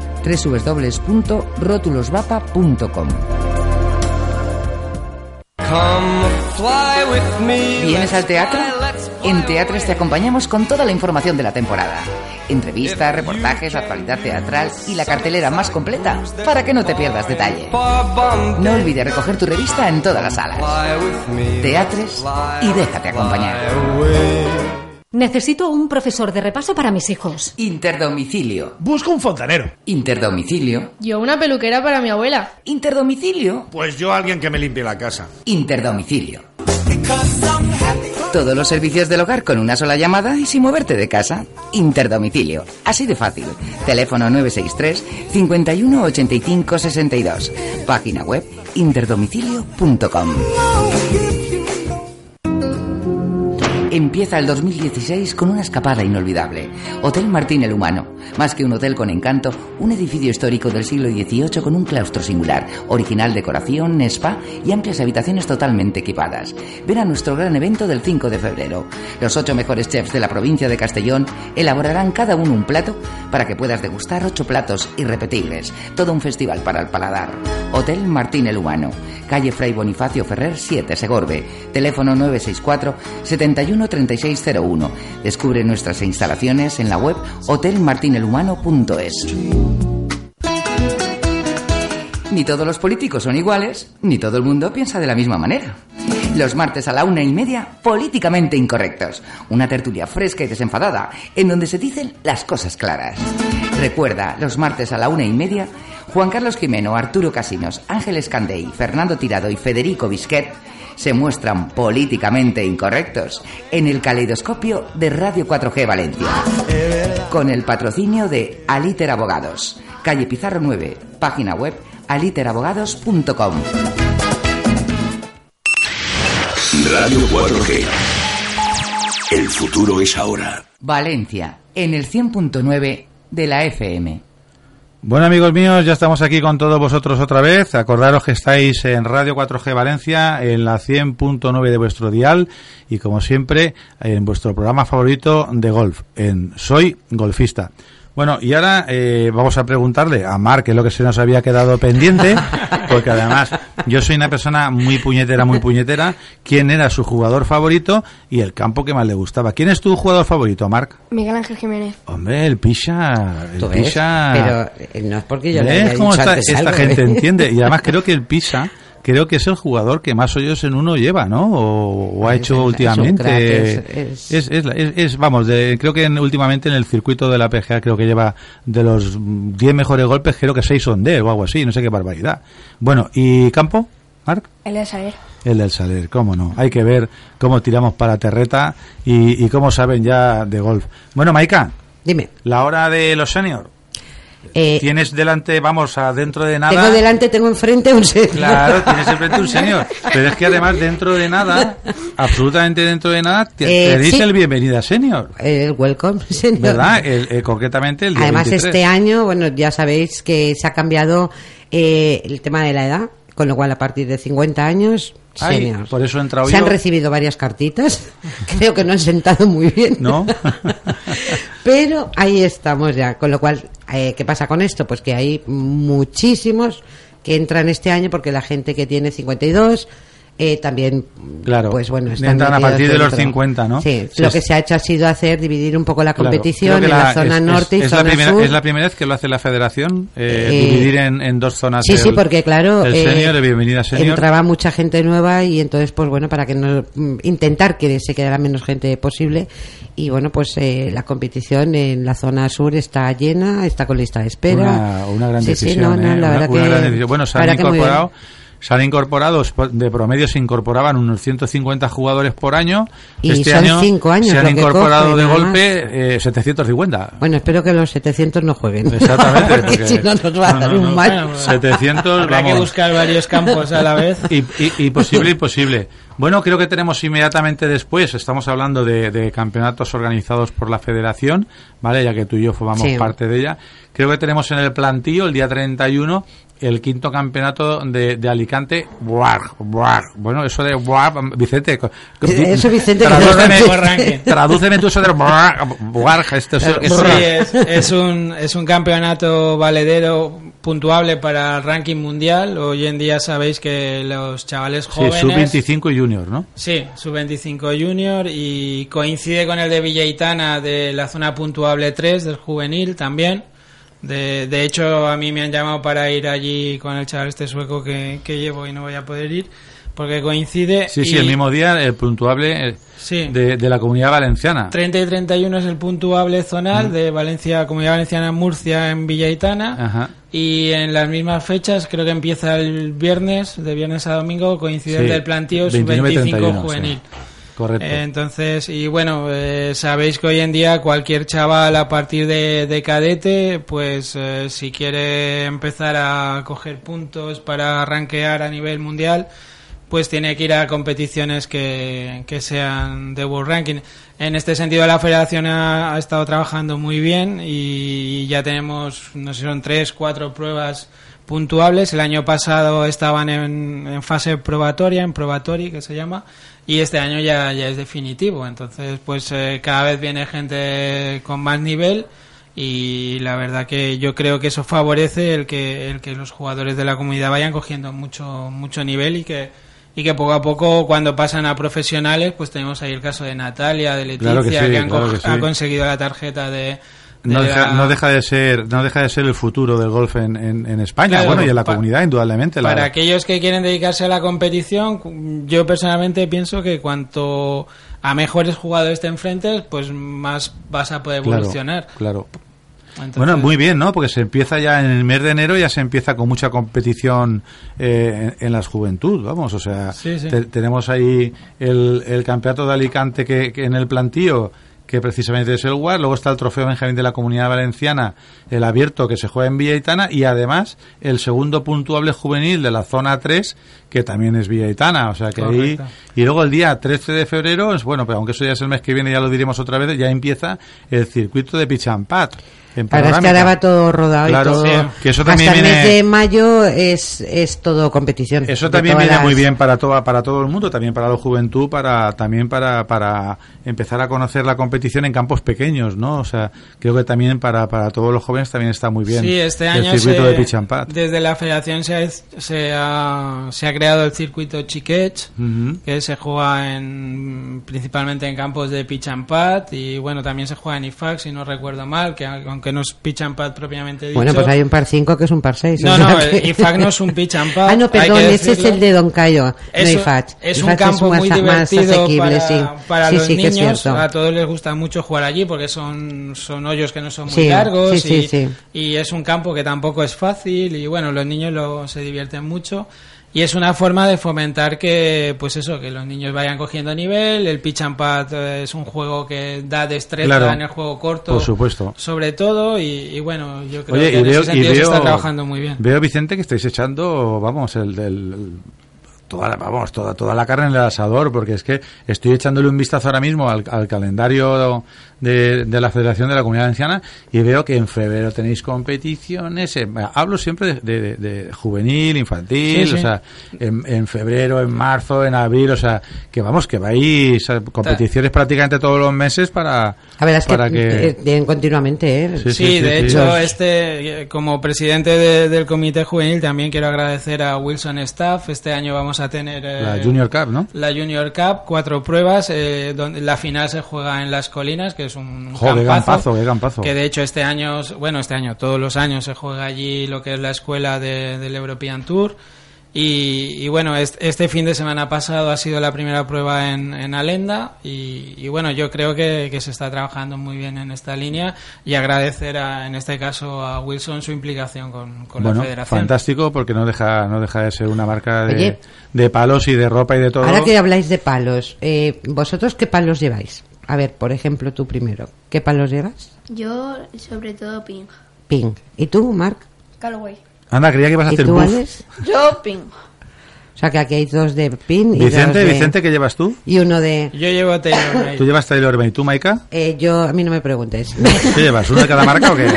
Speaker 8: www.rótulosvapa.com. ¿Vienes al teatro? En Teatres te acompañamos con toda la información de la temporada. Entrevistas, reportajes, actualidad teatral y la cartelera más completa para que no te pierdas detalle. No olvides recoger tu revista en todas las salas. Teatres y déjate acompañar.
Speaker 10: Necesito un profesor de repaso para mis hijos.
Speaker 8: Interdomicilio.
Speaker 11: Busco un fontanero.
Speaker 8: Interdomicilio.
Speaker 12: Yo una peluquera para mi abuela.
Speaker 8: Interdomicilio.
Speaker 11: Pues yo alguien que me limpie la casa.
Speaker 8: Interdomicilio. Todos los servicios del hogar con una sola llamada y sin moverte de casa. Interdomicilio. Así de fácil. Teléfono 963 51 85 62. Página web interdomicilio.com. Empieza el 2016 con una escapada inolvidable. Hotel Martín el Humano. Más que un hotel con encanto, un edificio histórico del siglo XVIII con un claustro singular, original decoración, spa y amplias habitaciones totalmente equipadas. Ven a nuestro gran evento del 5 de febrero. Los 8 mejores chefs de la provincia de Castellón elaborarán cada uno un plato para que puedas degustar 8 platos irrepetibles. Todo un festival para el paladar. Hotel Martín el Humano. Calle Fray Bonifacio Ferrer 7, Segorbe. Teléfono 964 71 3601. Descubre nuestras instalaciones en la web hotelmartinelhumano.es. Ni todos los políticos son iguales, ni todo el mundo piensa de la misma manera. Los martes a la 1:30, Políticamente Incorrectos. Una tertulia fresca y desenfadada, en donde se dicen las cosas claras. Recuerda, los martes a la 1:30, Juan Carlos Jimeno, Arturo Casinos, Ángeles Candey, Fernando Tirado y Federico Bisquet se muestran políticamente incorrectos en el caleidoscopio de Radio 4G Valencia. Con el patrocinio de Aliter Abogados. Calle Pizarro 9, página web aliterabogados.com.
Speaker 13: Radio 4G. El futuro es ahora.
Speaker 8: Valencia, en el 100.9 de la FM.
Speaker 3: Bueno, amigos míos, ya estamos aquí con todos vosotros otra vez. Acordaros que estáis en Radio 4G Valencia, en la 100.9 de vuestro dial y, como siempre, en vuestro programa favorito de golf, en Soy Golfista. Bueno, y ahora vamos a preguntarle a Marc, que es lo que se nos había quedado pendiente, porque además yo soy una persona muy puñetera, quién era su jugador favorito y el campo que más le gustaba. ¿Quién es tu jugador favorito, Marc?
Speaker 7: Miguel Ángel Jiménez.
Speaker 3: Hombre, el Pisa.
Speaker 5: ¿Tú ves? Pero no es porque yo le
Speaker 3: ¿Ves
Speaker 5: haya
Speaker 3: cómo
Speaker 5: dicho
Speaker 3: esta
Speaker 5: antes algo,
Speaker 3: gente
Speaker 5: ¿eh?
Speaker 3: entiende? Y además creo que el Pisa, creo que es el jugador que más hoyos en uno lleva, ¿no? O ha hecho últimamente. Vamos, creo que últimamente en el circuito de la PGA creo que lleva de los 10 mejores golpes, creo que 6 son de él o algo así, no sé qué barbaridad. Bueno, ¿y campo, Marc?
Speaker 7: El de Saler.
Speaker 3: El del Saler, cómo no. Hay que ver cómo tiramos para terreta y cómo saben ya de golf. Bueno, Maika.
Speaker 5: Dime.
Speaker 3: La hora de los senior. Tienes delante, vamos, dentro de nada...
Speaker 5: Tengo enfrente un senior.
Speaker 3: Claro, tienes enfrente un senior. Pero es que además dentro de nada, absolutamente dentro de nada, tenéis el Bienvenida Senior.
Speaker 5: El Welcome Senior.
Speaker 3: ¿Verdad? Concretamente el día
Speaker 5: Además
Speaker 3: 23.
Speaker 5: Este año, bueno, ya sabéis que se ha cambiado el tema de la edad, con lo cual a partir de 50 años... Senior.
Speaker 3: Por eso he entrado
Speaker 5: Se han recibido varias cartitas. Creo que no han sentado muy bien.
Speaker 3: ¿No?
Speaker 5: Pero ahí estamos ya. Con lo cual, ¿qué pasa con esto? Pues que hay muchísimos que entran este año porque la gente que tiene 52 también,
Speaker 3: claro,
Speaker 5: pues bueno, están
Speaker 3: entran a partir de los
Speaker 5: dentro.
Speaker 3: 50, ¿no?
Speaker 5: Sí, lo que se ha hecho ha sido dividir un poco la competición
Speaker 3: claro,
Speaker 5: en la zona norte y zona sur.
Speaker 3: Es la primera vez que lo hace la federación, dividir en dos zonas.
Speaker 5: Sí, porque claro,
Speaker 3: el senior, el Bienvenida Senior.
Speaker 5: Entraba mucha gente nueva y entonces, pues bueno, para que no intentar que se quedara menos gente posible. Y bueno, pues la competición en la zona sur está llena, está con lista de espera.
Speaker 3: Una gran decisión.
Speaker 5: Sí, la verdad que...
Speaker 3: Bueno, se han incorporado, de promedio se incorporaban unos 150 jugadores por año.
Speaker 5: Y
Speaker 3: este
Speaker 5: son
Speaker 3: año
Speaker 5: 5 años
Speaker 3: se han incorporado de golpe
Speaker 5: más.
Speaker 3: 750.
Speaker 5: Bueno, espero que los 700 no jueguen.
Speaker 3: Exactamente.
Speaker 5: Porque si no nos va a dar un mal.
Speaker 4: Bueno,
Speaker 3: 700,
Speaker 4: habrá que buscar varios campos a la vez.
Speaker 3: Imposible. Bueno, creo que tenemos inmediatamente después, estamos hablando de campeonatos organizados por la federación, ¿vale? Ya que tú y yo formamos parte de ella. Creo que tenemos en el plantillo, el día 31, el quinto campeonato de Alicante. Bueno, eso de Vicente.
Speaker 5: Eso, Vicente,
Speaker 3: tradúceme tú eso de
Speaker 4: es un campeonato valedero puntuable para el ranking mundial. Hoy en día sabéis que los chavales jóvenes...
Speaker 3: Sí, sub-25 y junior, ¿no?
Speaker 4: Sí, sub-25 junior, y coincide con el de Villaitana de la zona puntuable 3 del juvenil también. De hecho, a mí me han llamado para ir allí con el chaval sueco que llevo y no voy a poder ir porque coincide.
Speaker 3: Sí, el mismo día el puntuable de la Comunidad Valenciana.
Speaker 4: 30 y 31 es el puntuable zonal de Valencia, Comunidad Valenciana, Murcia, en Villaitana.
Speaker 3: Ajá.
Speaker 4: Y en las mismas fechas, creo que empieza el viernes, de viernes a domingo, coincide el del plantío sub-25 juvenil.
Speaker 3: Sí. Correcto.
Speaker 4: Entonces, y bueno, sabéis que hoy en día cualquier chaval a partir de cadete, pues si quiere empezar a coger puntos para rankear a nivel mundial, pues tiene que ir a competiciones que sean de World Ranking. En este sentido, la federación ha estado trabajando muy bien y ya tenemos, no sé, son 3-4 pruebas puntuables. El año pasado estaban en fase probatoria, en probatory, que se llama, y este año ya es definitivo. Entonces, pues cada vez viene gente con más nivel y la verdad que yo creo que eso favorece el que los jugadores de la comunidad vayan cogiendo mucho nivel y que poco a poco, cuando pasan a profesionales, pues tenemos ahí el caso de Natalia, de Leticia, que han conseguido la tarjeta de
Speaker 3: no deja de ser el futuro del golf en España, claro, bueno, y en la comunidad, indudablemente.
Speaker 4: Para aquellos que quieren dedicarse a la competición, yo personalmente pienso que cuanto a mejores jugadores te enfrentes, pues más vas a poder evolucionar.
Speaker 3: Claro. Entonces, bueno, muy bien, ¿no? Porque se empieza ya en el mes de enero, ya se empieza con mucha competición en la juventud, vamos, o sea, tenemos ahí el campeonato de Alicante que en el plantío, que precisamente es el WAR, luego está el trofeo Benjamín de la Comunidad Valenciana, el abierto, que se juega en Villaitana, y además el segundo puntuable juvenil de la zona 3, que también es Villaitana, o sea que correcto. Ahí, y luego el día 13 de febrero, bueno, pero aunque eso ya es el mes que viene, ya lo diremos otra vez, ya empieza el circuito de pitch and putt.
Speaker 5: Ahora es que ahora va todo rodado, claro, y todo. Sí, que eso también hasta el mes de mayo es todo competición.
Speaker 3: Eso también viene muy bien para todo el mundo, también para la juventud, también para empezar a conocer la competición en campos pequeños, ¿no? O sea, creo que también para todos los jóvenes también está muy bien.
Speaker 4: Sí, este año
Speaker 3: el circuito de pitch and putt.
Speaker 4: Desde la federación se ha creado el circuito Chiquets, que se juega principalmente en campos de pitch and putt, y bueno, también se juega en IFAC, si no recuerdo mal, que aunque no es pitch and putt propiamente dicho.
Speaker 5: Bueno, pues hay un par 5 que es un par 6.
Speaker 4: No, IFAC no es un pitch and putt.
Speaker 5: No, perdón, ese es el de Don Cayo, no IFAC.
Speaker 4: Es un campo muy divertido para los niños.
Speaker 5: A
Speaker 4: todos les gusta mucho jugar allí porque son hoyos que no son muy largos y es un campo que tampoco es fácil y bueno, los niños se divierten mucho. Y es una forma de fomentar que, pues eso, que los niños vayan cogiendo nivel. El pitch and pad es un juego que da destreza en el juego corto.
Speaker 3: Por supuesto.
Speaker 4: Sobre todo, y bueno, yo creo que en ese sentido se está trabajando muy bien.
Speaker 3: Veo, Vicente, que estáis echando, vamos, toda la carne en el asador, porque es que estoy echándole un vistazo ahora mismo al calendario de la Federación de la Comunidad Valenciana y veo que en febrero tenéis competiciones. Hablo siempre de juvenil, infantil, sí. O sea, en febrero, en marzo, en abril, o sea, que vamos, que vais a competiciones prácticamente todos los meses para...
Speaker 5: A ver, es que tienen continuamente, ¿eh?
Speaker 4: Sí, de hecho, como presidente del comité juvenil también quiero agradecer a Wilson Staff. Este año vamos a tener
Speaker 3: la Junior Cup, ¿no?
Speaker 4: La Junior Cup, 4 pruebas, donde la final se juega en Las Colinas, que es un
Speaker 3: campazo.
Speaker 4: Que de hecho este año, todos los años se juega allí lo que es la escuela del European Tour. Y bueno, este fin de semana pasado ha sido la primera prueba en Alenda y bueno, yo creo que se está trabajando muy bien en esta línea y agradecer en este caso a Wilson su implicación con la federación.
Speaker 3: Fantástico, porque no deja de ser una marca de palos y de ropa y de todo.
Speaker 5: Ahora que habláis de palos, ¿vosotros qué palos lleváis? A ver, por ejemplo, tú primero, ¿qué palos llevas?
Speaker 14: Yo, sobre todo, Ping.
Speaker 5: Ping. ¿Y tú, Marc?
Speaker 7: Callaway.
Speaker 3: Anda, creía que ibas a hacer buff.
Speaker 5: Alex?
Speaker 6: Yo, Ping.
Speaker 5: O sea, que aquí hay 2 de Ping y
Speaker 3: Vicente, ¿qué llevas tú?
Speaker 5: Y uno de...
Speaker 4: Yo llevo TaylorMade.
Speaker 3: ¿Tú llevas TaylorMade? ¿Y tú, Maika?
Speaker 5: A mí no me preguntes.
Speaker 3: ¿Qué llevas? ¿Uno de cada marca o qué?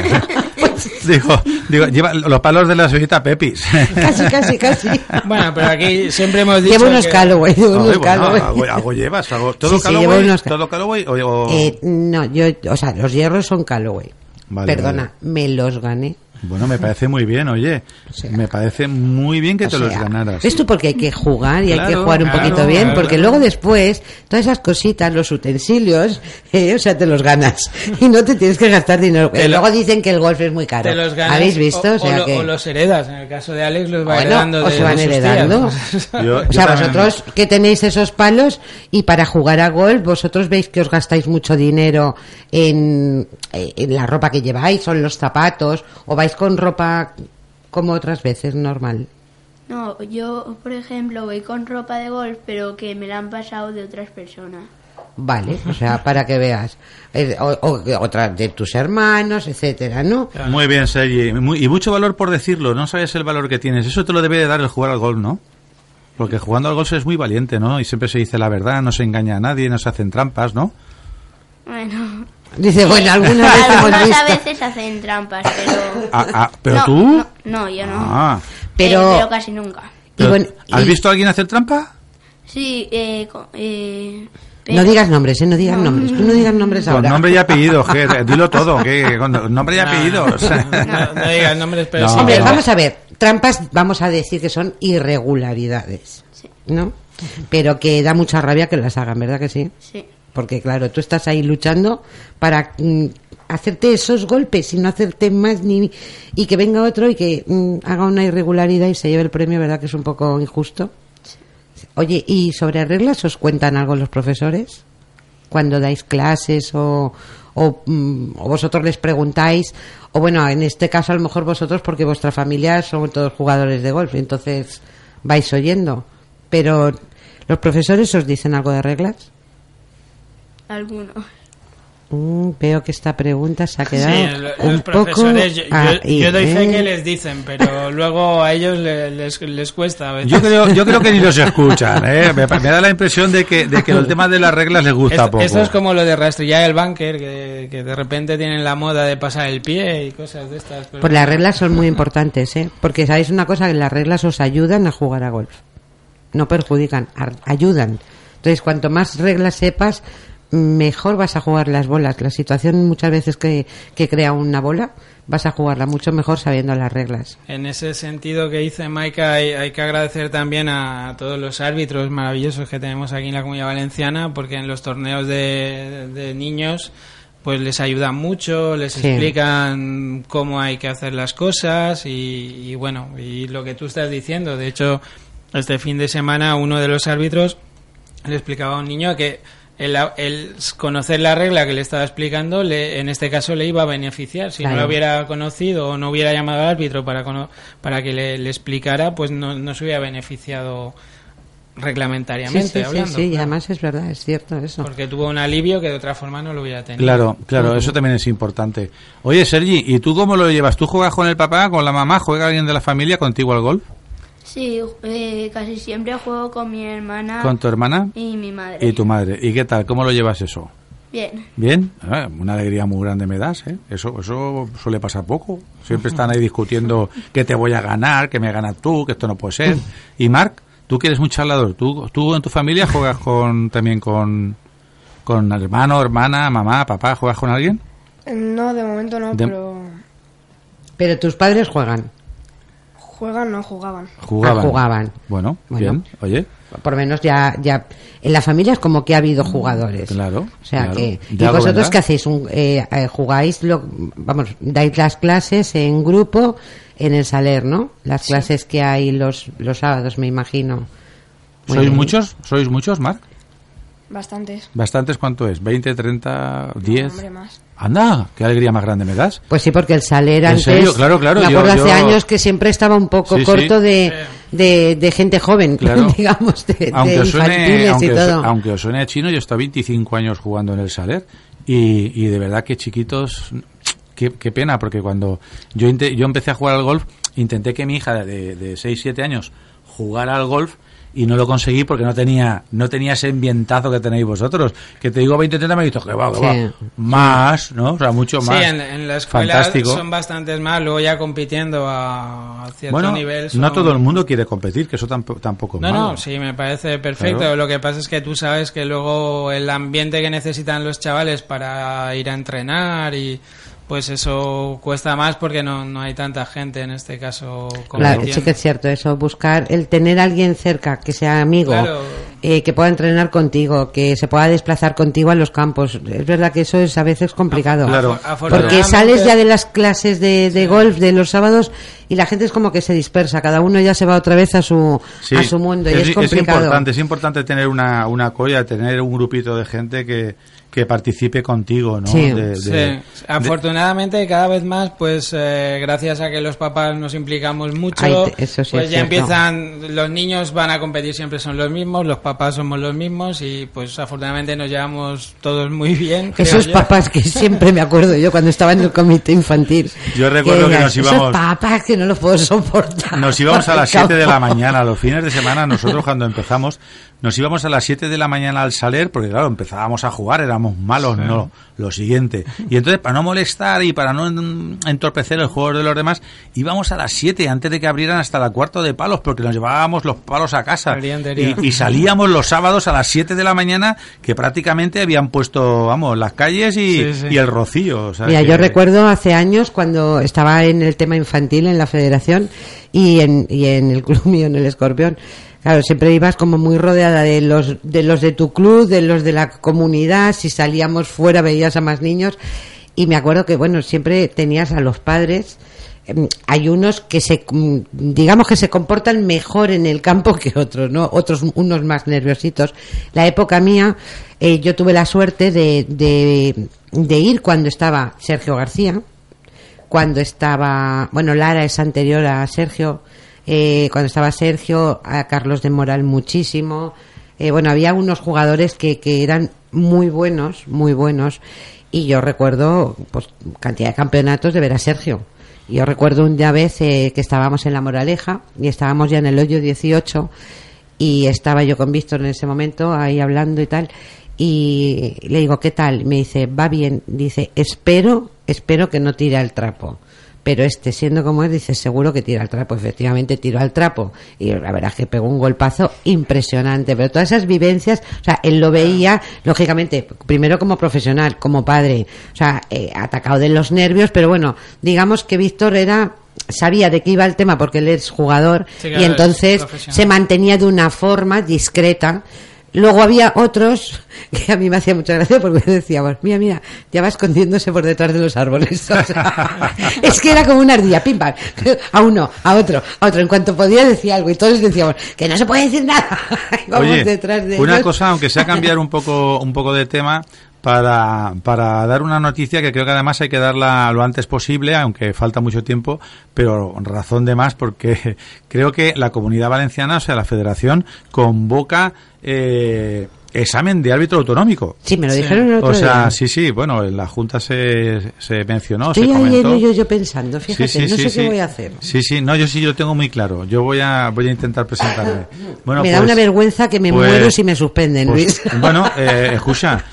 Speaker 3: Digo, lleva los palos de la señorita Pepis.
Speaker 5: Casi.
Speaker 4: Bueno, pero aquí siempre hemos dicho
Speaker 5: llevo unos Callaway,
Speaker 3: algo llevas, todo Callaway, todo Callaway
Speaker 5: no, los hierros son Callaway.
Speaker 3: Vale,
Speaker 5: Perdona, me los gané.
Speaker 3: Bueno, me parece muy bien, oye. Me parece muy bien que te los ganaras.
Speaker 5: Esto porque hay que jugar y hay que jugar un poquito bien, porque luego después, todas esas cositas, los utensilios, te los ganas. Y no te tienes que gastar dinero. Luego dicen que el golf es muy caro.
Speaker 4: Te los ganas,
Speaker 5: ¿habéis visto?
Speaker 4: O los heredas. En el caso de Alex los va heredando.
Speaker 5: O se van heredando. Vosotros que tenéis esos palos y para jugar a golf, vosotros veis que os gastáis mucho dinero en la ropa que lleváis o en los zapatos, o vais con ropa como otras veces, normal.
Speaker 14: No, yo, por ejemplo, voy con ropa de golf, pero que me la han pasado de otras personas.
Speaker 5: Vale, o sea, para que veas. O otras de tus hermanos, etcétera, ¿no?
Speaker 3: Muy bien, Sergi. Y mucho valor por decirlo, no sabes el valor que tienes. Eso te lo debe de dar el jugar al golf, ¿no? Porque jugando al golf es muy valiente, ¿no? Y siempre se dice la verdad, no se engaña a nadie, no se hacen trampas, ¿no?
Speaker 14: Bueno...
Speaker 5: Dice, bueno, algunas
Speaker 14: a veces hacen trampas, pero...
Speaker 3: ¿Pero
Speaker 14: no,
Speaker 3: tú?
Speaker 14: No, yo no.
Speaker 5: Pero
Speaker 14: casi nunca.
Speaker 3: ¿Has visto a alguien hacer trampa?
Speaker 14: Sí,
Speaker 5: no digas nombres, no digas nombres. Tú no digas nombres ahora.
Speaker 3: Con nombre y apellido, dilo todo, con nombre y apellidos.
Speaker 4: No digas nombres, pero sí.
Speaker 5: Hombre, vamos a ver, trampas vamos a decir que son irregularidades, ¿no? Pero que da mucha rabia que las hagan, ¿verdad que sí?
Speaker 14: Sí.
Speaker 5: Porque claro, tú estás ahí luchando para hacerte esos golpes y no hacerte más y que venga otro y que haga una irregularidad y se lleve el premio, ¿verdad que es un poco injusto? Sí. Oye, ¿y sobre reglas os cuentan algo los profesores? Cuando dais clases o vosotros les preguntáis, o bueno, en este caso a lo mejor vosotros porque vuestra familia son todos jugadores de golf, entonces vais oyendo. Pero, ¿los profesores os dicen algo de reglas?
Speaker 14: Algunos.
Speaker 5: Veo que esta pregunta se ha quedado
Speaker 4: los profesores, yo doy fe que les dicen, pero luego a ellos les cuesta a veces.
Speaker 3: Yo creo que ni los escuchan, me da la impresión de que el tema de las reglas les gusta poco.
Speaker 4: Esto es como lo de rastrillar el bunker, que de repente tienen la moda de pasar el pie y cosas de estas.
Speaker 5: Pues las reglas son muy importantes, porque sabéis una cosa, que las reglas os ayudan a jugar a golf, no perjudican, ayudan. Entonces, cuanto más reglas sepas, mejor vas a jugar las bolas. La situación muchas veces que crea una bola, vas a jugarla mucho mejor sabiendo las reglas.
Speaker 4: En ese sentido que dice Maika, hay que agradecer también a todos los árbitros maravillosos que tenemos aquí en la Comunidad Valenciana, porque en los torneos de niños pues les ayudan mucho, les explican cómo hay que hacer las cosas y bueno, y lo que tú estás diciendo. De hecho, este fin de semana uno de los árbitros le explicaba a un niño que el conocer la regla que le estaba explicando, en este caso le iba a beneficiar. Si no lo hubiera conocido o no hubiera llamado al árbitro para que le explicara, pues no se hubiera beneficiado reglamentariamente hablando.
Speaker 5: Sí, y además es verdad, es cierto eso.
Speaker 4: Porque tuvo un alivio que de otra forma no lo hubiera tenido.
Speaker 3: Claro, eso también es importante. Oye, Sergi, ¿y tú cómo lo llevas? ¿Tú juegas con el papá, con la mamá? ¿Juega alguien de la familia contigo al golf?
Speaker 14: Sí, casi siempre juego con mi hermana.
Speaker 3: ¿Con tu hermana?
Speaker 14: Y mi madre.
Speaker 3: Y tu madre. ¿Y qué tal? ¿Cómo lo llevas eso?
Speaker 14: Bien.
Speaker 3: ¿Bien? Una alegría muy grande me das, ¿eh? Eso suele pasar poco. Siempre están ahí discutiendo que te voy a ganar, que me ganas tú, que esto no puede ser. ¿Y Marc? Tú que eres muy charlador, ¿tú en tu familia juegas también con hermano, hermana, mamá, papá? ¿Juegas con alguien?
Speaker 7: No, de momento no,
Speaker 5: Pero tus padres juegan.
Speaker 7: Jugaban.
Speaker 5: Jugaban.
Speaker 3: Bueno, bien, oye.
Speaker 5: Por lo menos ya en la familia es como que ha habido jugadores.
Speaker 3: Claro.
Speaker 5: O sea
Speaker 3: claro.
Speaker 5: que... ¿Y vosotros qué hacéis? ¿Jugáis, dais las clases en grupo en el Saler, no? Las clases que hay los sábados, me imagino.
Speaker 3: ¿Sois muchos, Marc?
Speaker 7: Bastantes.
Speaker 3: ¿Bastantes cuánto es? ¿20, 30, 10?
Speaker 7: No, hombre, más.
Speaker 3: Anda, qué alegría más grande me das.
Speaker 5: Pues sí, porque el Saler antes...
Speaker 3: ¿En serio? Claro.
Speaker 5: Me acuerdo hace años que siempre estaba un poco corto de gente joven, digamos, de infantiles y todo.
Speaker 3: Aunque os suene a chino, yo he estado 25 años jugando en el Saler y de verdad que chiquitos... Qué pena, porque cuando yo empecé a jugar al golf, intenté que mi hija de 6-7 años jugara al golf y no lo conseguí porque no tenía ese ambientazo que tenéis vosotros. Que te digo 20-30, me he dicho que va. Más, ¿no? O sea, mucho más.
Speaker 4: Sí, en la escuela fantástico. Son bastantes más, luego ya compitiendo a cierto nivel.
Speaker 3: No todo el mundo quiere competir, que eso tampoco es malo.
Speaker 4: No, sí, me parece perfecto. Claro. Lo que pasa es que tú sabes que luego el ambiente que necesitan los chavales para ir a entrenar y... pues eso cuesta más porque no hay tanta gente en este caso.
Speaker 5: Claro, sí que es cierto eso, buscar el tener a alguien cerca que sea amigo, que pueda entrenar contigo, que se pueda desplazar contigo a los campos. Es verdad que eso es a veces complicado, porque sales ya de las clases de golf de los sábados y la gente es como que se dispersa, cada uno ya se va otra vez a su mundo y es complicado.
Speaker 3: Es importante tener una colla, tener un grupito de gente que participe contigo, ¿no?
Speaker 5: Sí.
Speaker 4: Afortunadamente cada vez más, pues gracias a que los papás nos implicamos mucho,
Speaker 5: eso sí,
Speaker 4: pues ya empiezan, los niños van a competir, siempre son los mismos, los papás somos los mismos y pues afortunadamente nos llevamos todos muy bien.
Speaker 5: Esos papás que siempre me acuerdo yo cuando estaba en el comité infantil.
Speaker 3: Yo recuerdo que nos íbamos...
Speaker 5: Esos papás que no los puedo soportar.
Speaker 3: Nos íbamos a las 7 de la mañana, los fines de semana, nosotros cuando empezamos, nos íbamos a las 7 de la mañana al Saler, porque claro, empezábamos a jugar, éramos malos, no, lo siguiente. Y entonces, para no molestar y para no entorpecer el juego de los demás, íbamos a las 7 antes de que abrieran hasta la cuarto de palos, porque nos llevábamos los palos a casa. Y salíamos los sábados a las 7 de la mañana, que prácticamente habían puesto, las calles y el rocío. O sea,
Speaker 5: mira, yo recuerdo hace años cuando estaba en el tema infantil en la federación y en el club mío, en el Escorpión. Claro, siempre ibas como muy rodeada de los de tu club, de los de la comunidad. Si salíamos fuera veías a más niños y me acuerdo que siempre tenías a los padres. Hay unos que digamos que se comportan mejor en el campo que otros, ¿no? Unos más nerviositos. La época mía, yo tuve la suerte de ir cuando estaba Sergio García, cuando estaba, Lara es anterior a Sergio. Cuando estaba Sergio, a Carlos de Moral muchísimo, había unos jugadores que eran muy buenos y yo recuerdo pues cantidad de campeonatos de ver a Sergio. Yo recuerdo una vez que estábamos en La Moraleja y estábamos ya en el hoyo 18 y estaba yo con Víctor en ese momento ahí hablando y tal y le digo ¿qué tal? Me dice va bien, dice espero que no tire al trapo. Pero siendo como es, dice, seguro que tira al trapo. Efectivamente, tiró al trapo. Y la verdad es que pegó un golpazo impresionante. Pero todas esas vivencias, o sea, él lo veía, lógicamente, primero como profesional, como padre, o sea, atacado de los nervios, pero digamos que Víctor sabía de qué iba el tema porque él es jugador y entonces se mantenía de una forma discreta. Luego había otros que a mí me hacía mucha gracia porque decíamos, mira, ya va escondiéndose por detrás de los árboles. O sea, es que era como una ardilla, pim pam, a uno, a otro. En cuanto podía decía algo y todos decíamos que no se puede decir nada.
Speaker 3: Oye,
Speaker 5: detrás de
Speaker 3: una
Speaker 5: ellos.
Speaker 3: cosa, aunque sea cambiar un poco de tema, para dar una noticia que creo que además hay que darla lo antes posible, aunque falta mucho tiempo, pero razón de más, porque creo que la Comunidad Valenciana, o sea, la Federación, convoca examen de árbitro autonómico.
Speaker 5: Sí, me lo dijeron el otro
Speaker 3: O sea,
Speaker 5: día.
Speaker 3: sí, bueno, en la Junta se mencionó,
Speaker 5: Estoy
Speaker 3: se comentó.
Speaker 5: yo pensando, fíjate, no sé qué voy a hacer.
Speaker 3: Yo lo tengo muy claro. Yo voy a intentar presentarme. Bueno,
Speaker 5: me da una vergüenza que me muero si me suspenden, Luis.
Speaker 3: Bueno, escucha,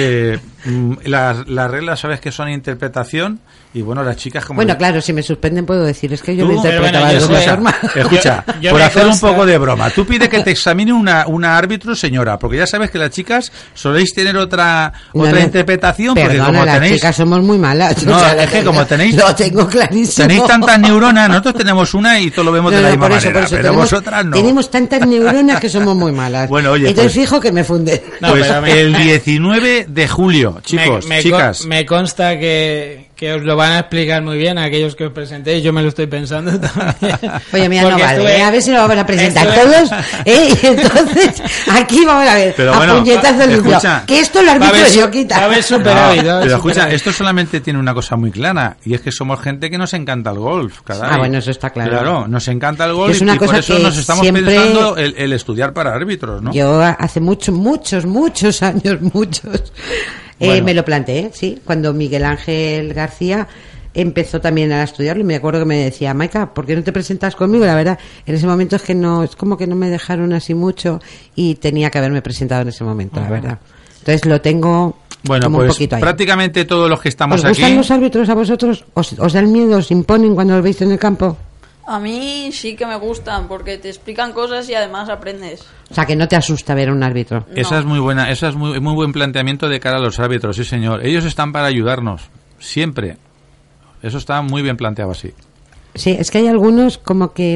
Speaker 3: las reglas sabes que son interpretación y bueno, las chicas como...
Speaker 5: Bueno, claro, si me suspenden puedo decir, es que yo
Speaker 3: Tú,
Speaker 5: lo interpretaba de otra forma.
Speaker 3: Escucha, por hacer un poco de broma, tú pides que te examine una árbitro, señora, porque ya sabes que las chicas soléis tener otra interpretación, porque
Speaker 5: perdona,
Speaker 3: como
Speaker 5: las
Speaker 3: tenéis...
Speaker 5: chicas somos muy malas.
Speaker 3: No,
Speaker 5: o sea,
Speaker 3: es que como tenéis...
Speaker 5: Lo tengo clarísimo.
Speaker 3: Tenéis tantas neuronas, nosotros tenemos una y todo lo vemos de la misma manera, pero vosotras no.
Speaker 5: Tenemos tantas neuronas que somos muy malas.
Speaker 3: Bueno, oye,
Speaker 5: entonces
Speaker 3: pues,
Speaker 5: fijo que me funden.
Speaker 3: Pues el 19 de julio, chicos, chicas.
Speaker 4: Me consta que os lo van a explicar muy bien a aquellos que os presentéis. Yo me lo estoy pensando también.
Speaker 5: Oye, mira, no vale, a ver si lo vamos a presentar todos, y entonces aquí vamos a ver,
Speaker 3: pero
Speaker 5: a
Speaker 3: bueno,
Speaker 5: puñetazos limpio. Que esto lo arbitro yo, quita.
Speaker 4: Va a haber superávit.
Speaker 3: Pero escucha, esto solamente tiene una cosa muy clara, y es que somos gente que nos encanta el golf.
Speaker 5: Bueno, eso está claro.
Speaker 3: Claro, nos encanta el golf,
Speaker 5: es una
Speaker 3: y
Speaker 5: cosa
Speaker 3: por eso
Speaker 5: que
Speaker 3: nos estamos
Speaker 5: siempre...
Speaker 3: pensando el estudiar para árbitros, ¿no?
Speaker 5: Yo hace muchos años, bueno. Me lo planteé, sí, cuando Miguel Ángel García empezó también a estudiarlo, y me acuerdo que me decía, Maika, ¿por qué no te presentas conmigo? La verdad, en ese momento es como que no me dejaron así mucho y tenía que haberme presentado en ese momento, la verdad. Entonces lo tengo como
Speaker 3: pues
Speaker 5: un poquito ahí.
Speaker 3: Prácticamente todos los que estamos
Speaker 5: aquí... ¿Os gustan los árbitros a vosotros? ¿Os dan miedo? ¿Os imponen cuando los veis en el campo?
Speaker 6: A mí sí que me gustan porque te explican cosas y además aprendes.
Speaker 5: O sea, que no te asusta ver a un árbitro.
Speaker 6: No.
Speaker 3: Esa es muy buena, esa es muy buen planteamiento de cara a los árbitros, sí señor. Ellos están para ayudarnos, siempre. Eso está muy bien planteado así.
Speaker 5: Sí, es que hay algunos como que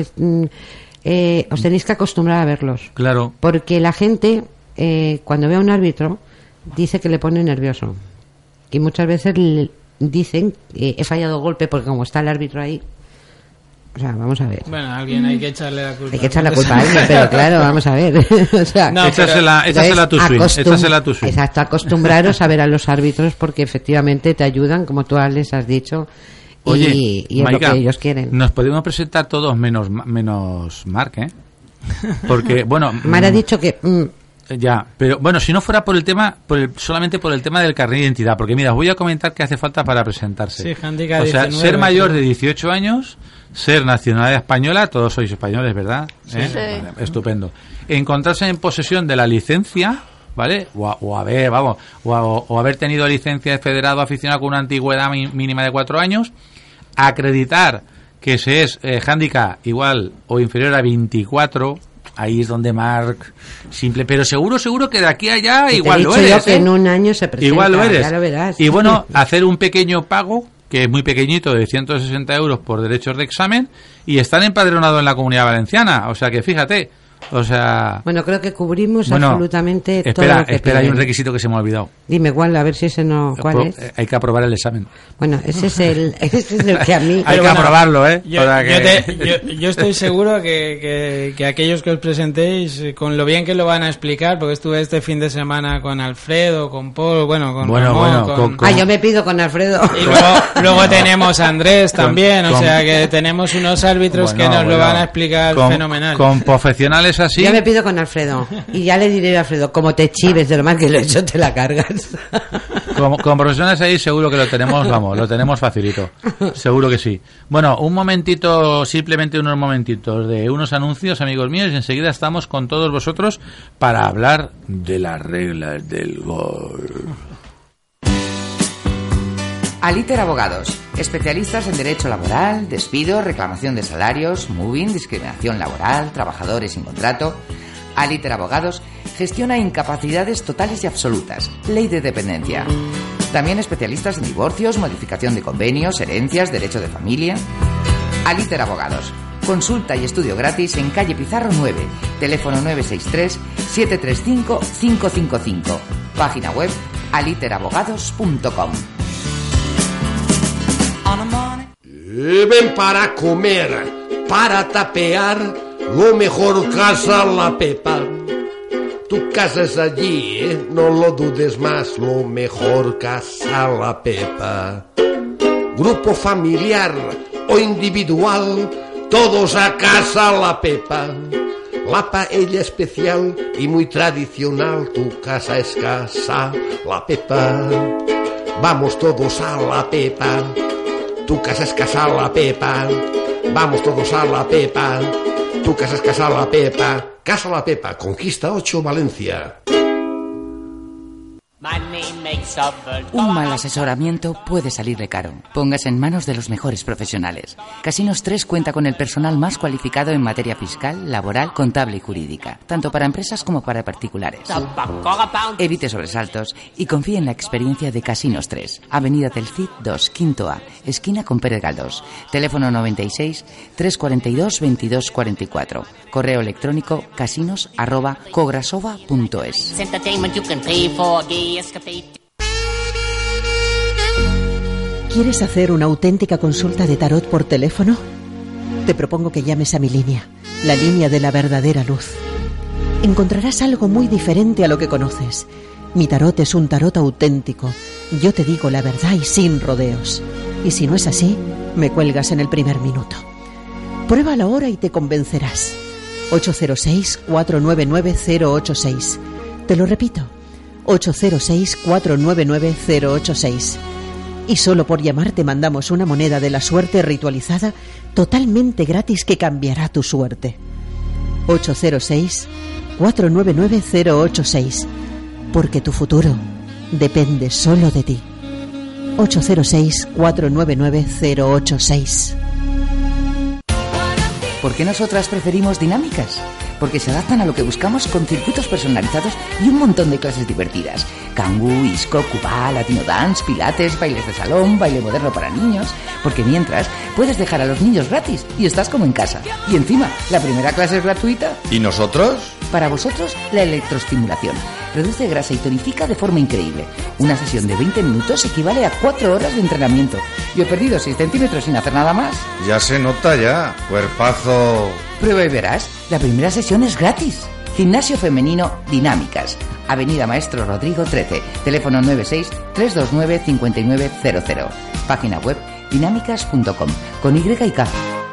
Speaker 5: os tenéis que acostumbrar a verlos.
Speaker 3: Claro.
Speaker 5: Porque la gente, cuando ve a un árbitro, dice que le pone nervioso. Y muchas veces dicen, he fallado golpe porque como está el árbitro ahí... O sea, vamos a ver.
Speaker 4: Bueno, a alguien hay que echarle la culpa.
Speaker 5: Hay que echar la culpa a alguien, pero claro, vamos a ver. O sea,
Speaker 3: no, échasela a tu swing.
Speaker 5: Exacto, acostumbraros a ver a los árbitros porque efectivamente te ayudan, como tú les has dicho,
Speaker 3: Oye,
Speaker 5: y es
Speaker 3: Maika,
Speaker 5: lo que ellos quieren.
Speaker 3: Nos podemos presentar todos menos Marc, ¿eh? Porque, bueno...
Speaker 5: Mar ha dicho que...
Speaker 3: Ya, pero bueno, si no fuera por el tema, solamente por el tema del carnet de identidad, porque mira, os voy a comentar qué hace falta para presentarse.
Speaker 4: Sí, handicap
Speaker 3: o sea,
Speaker 4: 19,
Speaker 3: ser mayor de 18 años, ser nacionalidad españora, todos sois españoles, ¿verdad?
Speaker 6: Sí.
Speaker 3: Vale, estupendo. Encontrarse en posesión de la licencia, ¿vale? O haber tenido licencia de federado aficionado con una antigüedad mínima de 4 años, acreditar que se es handicap igual o inferior a 24. Ahí es donde Marc simple, pero seguro que de aquí a allá igual lo eres.
Speaker 5: Yo que en un año se presenta,
Speaker 3: igual lo eres.
Speaker 5: Ya lo verás.
Speaker 3: Y bueno, hacer un pequeño pago, que es muy pequeñito, de 160 euros por derechos de examen, y estar empadronado en la Comunidad Valenciana. O sea que fíjate,
Speaker 5: Bueno, creo que cubrimos absolutamente todo lo que
Speaker 3: Espera, hay un requisito que se me ha olvidado.
Speaker 5: Dime cuál, a ver si ese no... ¿Cuál es?
Speaker 3: Hay que aprobar el examen.
Speaker 5: Bueno, ese es el que a mí...
Speaker 3: Hay que aprobarlo, ¿eh?
Speaker 4: Yo estoy seguro que aquellos que os presentéis, con lo bien que lo van a explicar, porque estuve este fin de semana con Alfredo, con Paul, con Ramón...
Speaker 5: yo me pido con Alfredo.
Speaker 4: Y luego tenemos a Andrés también, o sea que tenemos unos árbitros que nos lo van a explicar fenomenal.
Speaker 3: Con profesionales así.
Speaker 5: Yo me pido con Alfredo y ya le diré a Alfredo, como te chives de lo mal que lo he hecho, te la cargas.
Speaker 3: Con profesionales ahí seguro que lo tenemos facilito, seguro que sí. Bueno, simplemente unos momentitos de unos anuncios, amigos míos, y enseguida estamos con todos vosotros para hablar de las reglas del golf.
Speaker 8: Aliter Abogados, especialistas en derecho laboral, despido, reclamación de salarios, moving, discriminación laboral, trabajadores sin contrato. Aliter Abogados gestiona incapacidades totales y absolutas, ley de dependencia. También especialistas en divorcios, modificación de convenios, herencias, derecho de familia. Aliter Abogados, Consulta y estudio gratis en calle Pizarro 9, teléfono 963-735-555, página web aliterabogados.com.
Speaker 15: Ven para comer, para tapear, lo mejor Casa La Pepa. Tu casa es allí, no lo dudes más, lo mejor Casa La Pepa. Grupo familiar o individual, todos a Casa La Pepa. La paella especial y muy tradicional, tu casa es Casa La Pepa. Vamos todos a La Pepa, tu casa es Casa La Pepa. Vamos todos a La Pepa, tu casa es Casa La Pepa. Casa La Pepa, Conquista 8, Valencia.
Speaker 8: Un mal asesoramiento puede salirle caro. Póngase en manos de los mejores profesionales. Casinos 3 cuenta con el personal más cualificado en materia fiscal, laboral, contable y jurídica, tanto para empresas como para particulares. Evite sobresaltos y confíe en la experiencia de Casinos 3, Avenida del Cid 2, Quinto A, esquina con Pérez Galdós. Teléfono 96 342 2244. Correo electrónico casinos@cograsova.es.
Speaker 16: ¿Quieres hacer una auténtica consulta de tarot por teléfono? Te propongo que llames a mi línea, la línea de la verdadera luz. Encontrarás algo muy diferente a lo que conoces. Mi tarot es un tarot auténtico. Yo te digo la verdad y sin rodeos. Y si no es así, me cuelgas en el primer minuto. Pruébalo ahora y te convencerás. 806-499-086. Te lo repito. 806-499-086. Y solo por llamar te mandamos una moneda de la suerte ritualizada totalmente gratis que cambiará tu suerte. 806-499-086. Porque tu futuro depende solo de ti. 806-499-086.
Speaker 8: ¿Por qué nosotras preferimos dinámicas? Porque se adaptan a lo que buscamos con circuitos personalizados y un montón de clases divertidas. Kangoo, isco, cubá, latino dance, pilates, bailes de salón, baile moderno para niños. Porque mientras puedes dejar a los niños gratis y estás como en casa. Y encima, la primera clase es gratuita.
Speaker 9: ¿Y nosotros?
Speaker 8: Para vosotros, la electroestimulación. Reduce grasa y tonifica de forma increíble. Una sesión de 20 minutos equivale a 4 horas de entrenamiento. Yo he perdido 6 centímetros sin hacer nada más.
Speaker 9: Ya se nota ya, cuerpazo.
Speaker 8: Prueba y verás, la primera sesión es gratis. Gimnasio femenino Dinámicas, Avenida Maestro Rodrigo 13, teléfono 96-329-5900. Página web dinámicas.com, con Y y K.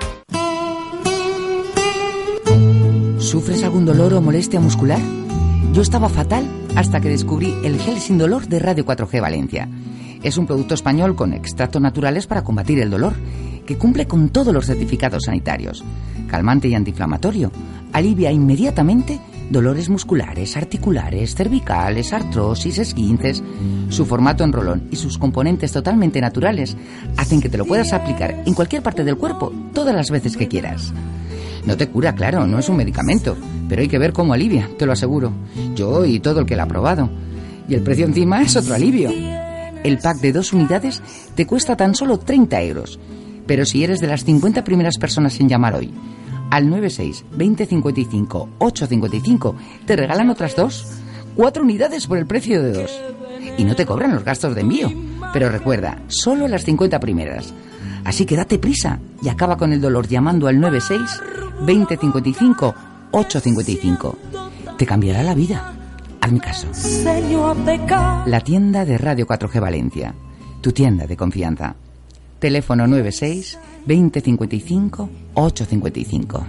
Speaker 8: ¿Sufres algún dolor o molestia muscular? Yo estaba fatal hasta que descubrí el gel sin dolor de Radio 4G Valencia. Es un producto español con extractos naturales para combatir el dolor, que cumple con todos los certificados sanitarios. Calmante y antiinflamatorio. Alivia inmediatamente dolores musculares, articulares, cervicales, artrosis, esguinces. Su formato en rolón y sus componentes totalmente naturales hacen que te lo puedas aplicar en cualquier parte del cuerpo todas las veces que quieras. No te cura, claro, no es un medicamento, pero hay que ver cómo alivia, te lo aseguro. Yo y todo el que lo ha probado. Y el precio encima es otro alivio. El pack de 2 unidades te cuesta tan solo 30 euros. Pero si eres de las 50 primeras personas en llamar hoy al 96 20 55 855, te regalan otras 2. 4 unidades por el precio de 2. Y no te cobran los gastos de envío. Pero recuerda, solo las 50 primeras. Así que date prisa y acaba con el dolor llamando al 96 20 55 855. Te cambiará la vida. Hazme caso. La tienda de Radio 4G Valencia. Tu tienda de confianza. Teléfono 96 20 55 855.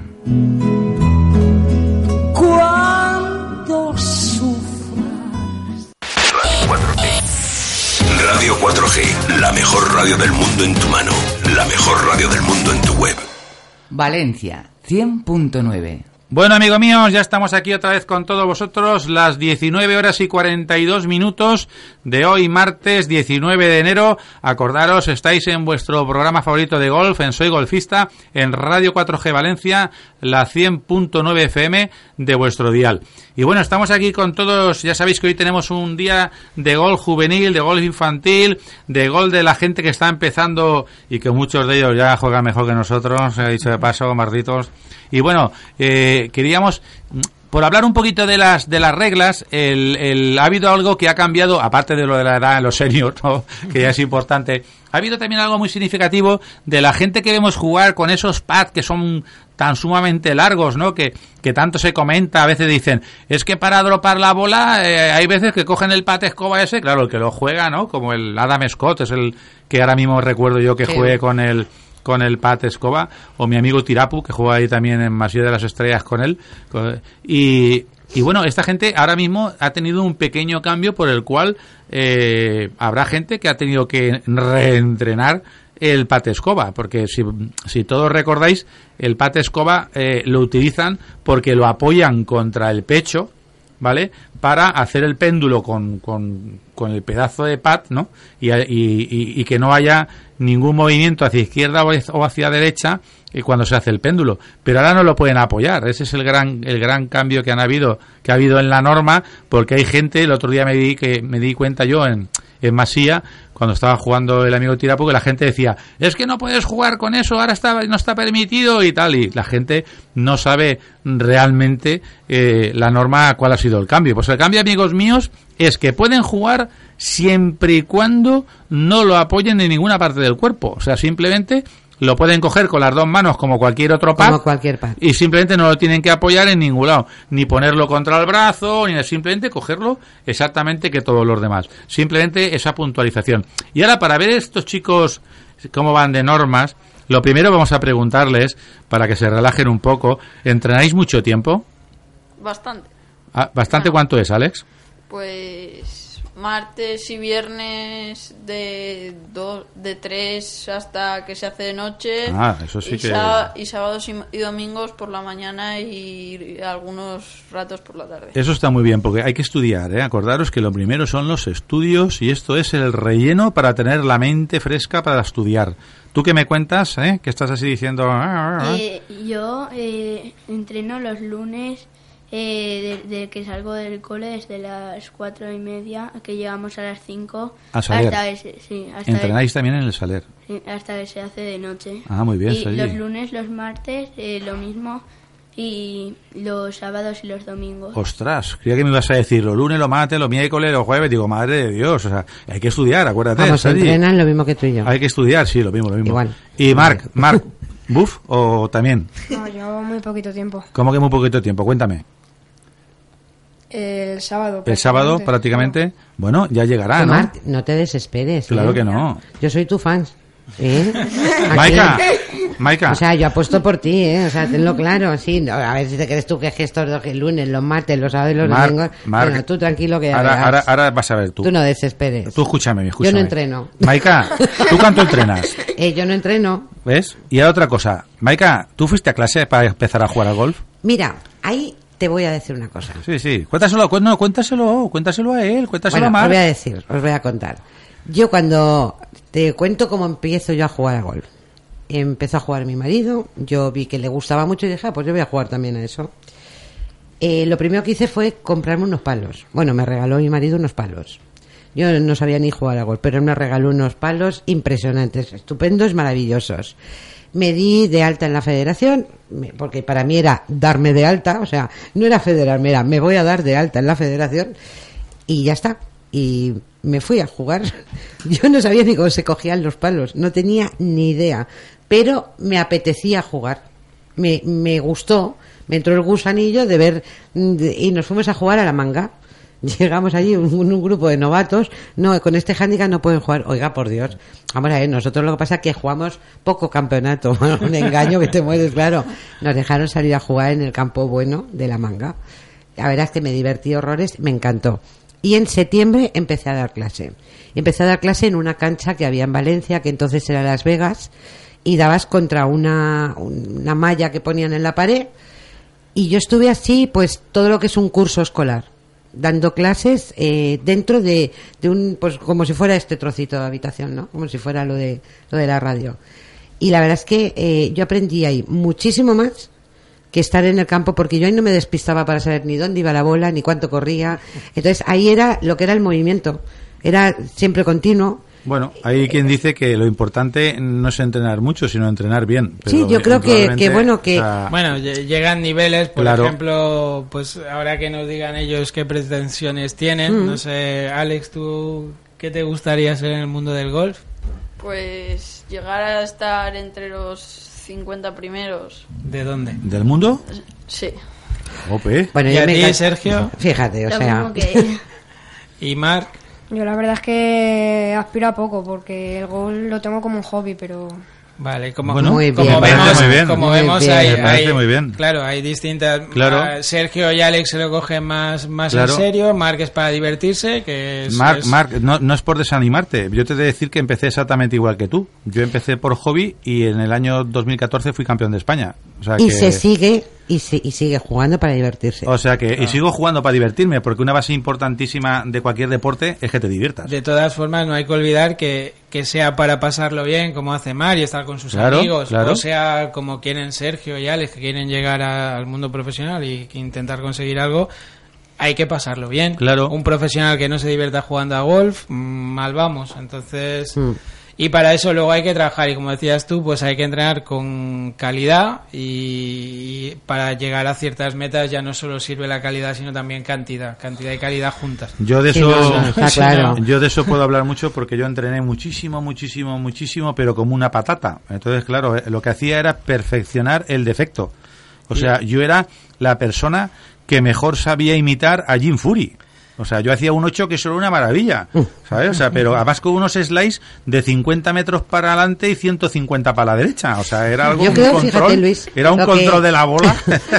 Speaker 2: Cuando sufras.
Speaker 13: Radio 4G, la mejor radio del mundo en tu mano, la mejor radio del mundo en tu web.
Speaker 8: Valencia 100.9.
Speaker 3: Bueno, amigos míos, ya estamos aquí otra vez con todos vosotros, las 19:42 de hoy, martes 19 de enero. Acordaros, estáis en vuestro programa favorito de golf, en Soy Golfista, en Radio 4G Valencia, la 100.9 FM de vuestro dial. Y bueno, estamos aquí con todos, ya sabéis que hoy tenemos un día de golf juvenil, de golf infantil, de golf de la gente que está empezando y que muchos de ellos ya juegan mejor que nosotros, he dicho de paso, marditos. Y bueno, queríamos, por hablar un poquito de las reglas, ha habido algo que ha cambiado, aparte de lo de la edad en los seniors, ¿no? Que ya es importante. Ha habido también algo muy significativo de la gente que vemos jugar con esos pads que son tan sumamente largos, ¿no? Que tanto se comenta, a veces dicen, es que para dropar la bola, hay veces que cogen el pad escoba ese, claro, el que lo juega, ¿no? Como el Adam Scott, es el que ahora mismo recuerdo yo que juegue con el pad escoba, o mi amigo Tirapu, que juega ahí también en Masía de las Estrellas con él. Y bueno, esta gente ahora mismo ha tenido un pequeño cambio por el cual habrá gente que ha tenido que reentrenar el pad escoba, porque si todos recordáis, el pad escoba lo utilizan porque lo apoyan contra el pecho, ¿vale? Para hacer el péndulo con el pedazo de pad, ¿no? Y que no haya ningún movimiento hacia izquierda o hacia derecha cuando se hace el péndulo. Pero ahora no lo pueden apoyar. Ese es el gran cambio que ha habido en la norma, porque hay gente, el otro día me di cuenta yo en Masía, cuando estaba jugando el amigo Tirapu, que la gente decía, es que no puedes jugar con eso, ahora no está permitido y tal, y la gente no sabe realmente la norma cuál ha sido el cambio. Pues el cambio, amigos míos, es que pueden jugar siempre y cuando no lo apoyen en ninguna parte del cuerpo. O sea, simplemente lo pueden coger con las dos manos como cualquier otro pad.
Speaker 5: Como cualquier pad. Y
Speaker 3: simplemente no lo tienen que apoyar en ningún lado. Ni ponerlo contra el brazo, ni simplemente cogerlo exactamente que todos los demás. Simplemente esa puntualización. Y ahora, para ver estos chicos cómo van de normas, lo primero vamos a preguntarles, para que se relajen un poco, ¿entrenáis mucho tiempo?
Speaker 6: Bastante.
Speaker 3: ¿Bastante? ¿Cuánto es, Alex?
Speaker 6: Pues martes y viernes de 3 hasta que se hace de noche.
Speaker 3: Eso sí
Speaker 6: y sábados y domingos por la mañana y algunos ratos por la tarde.
Speaker 3: Eso está muy bien, porque hay que estudiar, ¿eh? Acordaros que lo primero son los estudios, y esto es el relleno para tener la mente fresca para estudiar. ¿Tú qué me cuentas, que estás así diciendo?
Speaker 14: Yo entreno los lunes. De que salgo del cole desde las 4:30 que llegamos a las 5
Speaker 3: a Saler. ¿Entrenáis también en el Saler?
Speaker 14: Sí, hasta que se hace de noche.
Speaker 3: Muy bien.
Speaker 14: Y los lunes, los martes lo mismo, y los sábados y los domingos.
Speaker 3: Ostras, creía que me ibas a decir los lunes, los martes, los miércoles, los jueves. Digo, madre de Dios, o sea, hay que estudiar, acuérdate.
Speaker 5: Vamos, entrenan lo mismo que tú y yo.
Speaker 3: Hay que estudiar, sí, lo mismo.
Speaker 5: Igual.
Speaker 3: Y Marc, ¿buff o también?
Speaker 7: No, yo muy poquito tiempo.
Speaker 3: ¿Cómo que muy poquito tiempo? Cuéntame.
Speaker 7: El sábado.
Speaker 3: El sábado, prácticamente. No. Bueno, ya llegará, ¿no?
Speaker 5: Marc, no te desesperes.
Speaker 3: Claro que no.
Speaker 5: Yo soy tu fan.
Speaker 3: Maika.
Speaker 5: O sea, yo apuesto por ti, o sea, tenlo claro. Sí, no, a ver si te crees tú que es gestor de lunes, los martes, los sábados y los domingos. Bueno, tú tranquilo que
Speaker 3: ahora vas a ver tú.
Speaker 5: Tú no desesperes.
Speaker 3: Tú escúchame.
Speaker 5: Yo no entreno.
Speaker 3: Maika, ¿tú cuánto entrenas?
Speaker 5: Yo no entreno.
Speaker 3: ¿Ves? Y ahora otra cosa. Maika, ¿tú fuiste a clase para empezar a jugar al golf?
Speaker 5: Mira, ahí te voy a decir una cosa.
Speaker 3: Sí. Cuéntaselo a él, cuéntaselo a Marc.
Speaker 5: Os voy a contar. Yo cuando te cuento cómo empiezo yo a jugar a golf. Empezó a jugar mi marido, yo vi que le gustaba mucho y dije, pues yo voy a jugar también a eso. Lo primero que hice fue comprarme unos palos. Bueno, me regaló mi marido unos palos. Yo no sabía ni jugar a golf, pero él me regaló unos palos impresionantes, estupendos, maravillosos. Me di de alta en la federación, porque para mí era darme de alta, o sea, no era federarme, era me voy a dar de alta en la federación, y ya está. Y me fui a jugar. Yo no sabía ni cómo se cogían los palos, no tenía ni idea, pero me apetecía jugar. Me gustó, me entró el gusanillo de ver, y nos fuimos a jugar a la Manga. Llegamos allí un grupo de novatos. No, con este hándicap no pueden jugar. Oiga, por Dios, vamos a ver, nosotros lo que pasa es que jugamos poco campeonato. Un engaño que te mueres, claro. Nos dejaron salir a jugar en el campo bueno de la Manga. La verdad es que me divertí horrores, me encantó. Y en septiembre empecé a dar clase. Empecé a dar clase en una cancha que había en Valencia, que entonces era Las Vegas, y dabas contra una malla que ponían en la pared. Y yo estuve así, pues todo lo que es un curso escolar, dando clases dentro de un, pues como si fuera este trocito de habitación, ¿no? Como si fuera lo de la radio. Y la verdad es que yo aprendí ahí muchísimo más que estar en el campo, porque yo ahí no me despistaba para saber ni dónde iba la bola, ni cuánto corría. Entonces ahí era lo que era el movimiento, era siempre continuo.
Speaker 3: Bueno, hay quien dice que lo importante no es entrenar mucho, sino entrenar bien. Pero
Speaker 5: sí, yo creo que bueno, que...
Speaker 3: O sea,
Speaker 4: bueno, llegan niveles, por
Speaker 3: claro.
Speaker 4: ejemplo, pues ahora que nos digan ellos qué pretensiones tienen, no sé, Alex, ¿tú qué te gustaría ser en el mundo del golf?
Speaker 6: Pues llegar a estar entre los 50 primeros.
Speaker 4: ¿De dónde?
Speaker 3: ¿Del mundo?
Speaker 6: Sí.
Speaker 3: Ope.
Speaker 5: Bueno,
Speaker 4: ¿Y a ti, Sergio?
Speaker 5: Fíjate, o
Speaker 14: Lo
Speaker 5: sea...
Speaker 14: mismo que...
Speaker 4: ¿Y Marc?
Speaker 7: Yo la verdad es que aspiro a poco, porque el golf lo tengo como un hobby, pero...
Speaker 4: Vale, como,
Speaker 3: bueno,
Speaker 5: muy bien,
Speaker 4: como
Speaker 3: me parece
Speaker 4: vemos,
Speaker 3: muy bien.
Speaker 4: como
Speaker 5: Muy
Speaker 4: vemos
Speaker 5: bien.
Speaker 3: Me parece muy bien.
Speaker 4: Claro, hay distintas.
Speaker 3: Claro.
Speaker 4: Sergio y Alex se lo cogen más
Speaker 3: Claro.
Speaker 4: en serio. Marc es para divertirse, que es,
Speaker 3: Marc, no es por desanimarte. Yo te he de decir que empecé exactamente igual que tú. Yo empecé por hobby y en el año 2014 fui campeón de España. O sea
Speaker 5: Y
Speaker 3: que...
Speaker 5: se sigue y sigue jugando para divertirse.
Speaker 3: O sea que, y sigo jugando para divertirme, porque una base importantísima de cualquier deporte es que te diviertas.
Speaker 4: De todas formas, no hay que olvidar que sea para pasarlo bien, como hace Mar, y estar con sus amigos,
Speaker 3: claro.
Speaker 4: o sea, como quieren Sergio y Alex, que quieren llegar al mundo profesional y intentar conseguir algo, hay que pasarlo bien.
Speaker 3: Claro.
Speaker 4: Un profesional que no se divierta jugando a golf, mal vamos. Entonces... Y para eso luego hay que trabajar, y como decías tú, pues hay que entrenar con calidad, y para llegar a ciertas metas ya no solo sirve la calidad, sino también cantidad y calidad juntas.
Speaker 3: Yo de
Speaker 5: Sí,
Speaker 3: eso,
Speaker 5: está claro.
Speaker 3: yo de eso puedo hablar mucho, porque yo entrené muchísimo, pero como una patata. Entonces, claro, lo que hacía era perfeccionar el defecto. O sea, yo era la persona que mejor sabía imitar a Jim Fury. O sea, yo hacía un 8 que eso era una maravilla, ¿sabes? O sea, pero además con unos slice de 50 metros para adelante y 150 para la derecha. O sea, era algo,
Speaker 5: Yo creo, fíjate, Luis,
Speaker 3: era un
Speaker 5: lo
Speaker 3: control
Speaker 5: que-
Speaker 3: de la bola.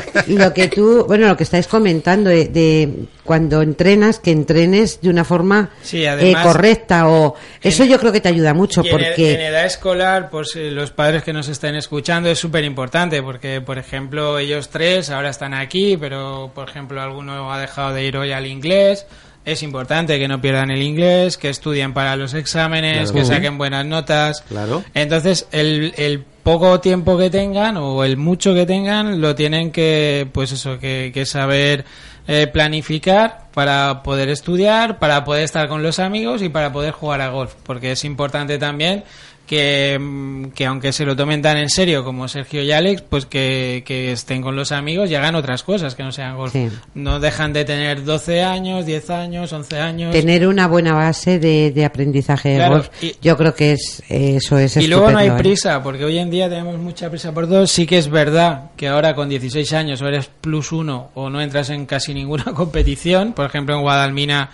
Speaker 5: Lo que tú, bueno, lo que estáis comentando de cuando entrenas, que entrenes de una forma
Speaker 4: Sí, además,
Speaker 5: correcta, o eso yo creo que te ayuda mucho,
Speaker 4: Y
Speaker 5: porque
Speaker 4: en edad escolar, pues los padres que nos estén escuchando, es súper importante, porque, por ejemplo, ellos tres ahora están aquí, pero, por ejemplo, alguno ha dejado de ir hoy al inglés. Es importante que no pierdan el inglés, que estudien para los exámenes,
Speaker 3: Claro.
Speaker 4: que saquen buenas notas.
Speaker 3: Claro.
Speaker 4: Entonces, el poco tiempo que tengan, o el mucho que tengan, lo tienen que, pues eso, que saber planificar para poder estudiar, para poder estar con los amigos y para poder jugar a golf, porque es importante también que aunque se lo tomen tan en serio como Sergio y Alex, pues que estén con los amigos y hagan otras cosas que no sean golf.
Speaker 5: Sí.
Speaker 4: No dejan de tener 12 años, 10 años, 11 años.
Speaker 5: tener una buena base de aprendizaje de
Speaker 4: Claro,
Speaker 5: golf,
Speaker 4: y-
Speaker 5: yo creo que eso es
Speaker 4: Y luego no hay
Speaker 5: estupendo, ¿eh?
Speaker 4: prisa, porque hoy en día tenemos mucha prisa por todo. Sí que es verdad que ahora con 16 años o eres +1 o no entras en casi ninguna competición. Por ejemplo, en Guadalmina,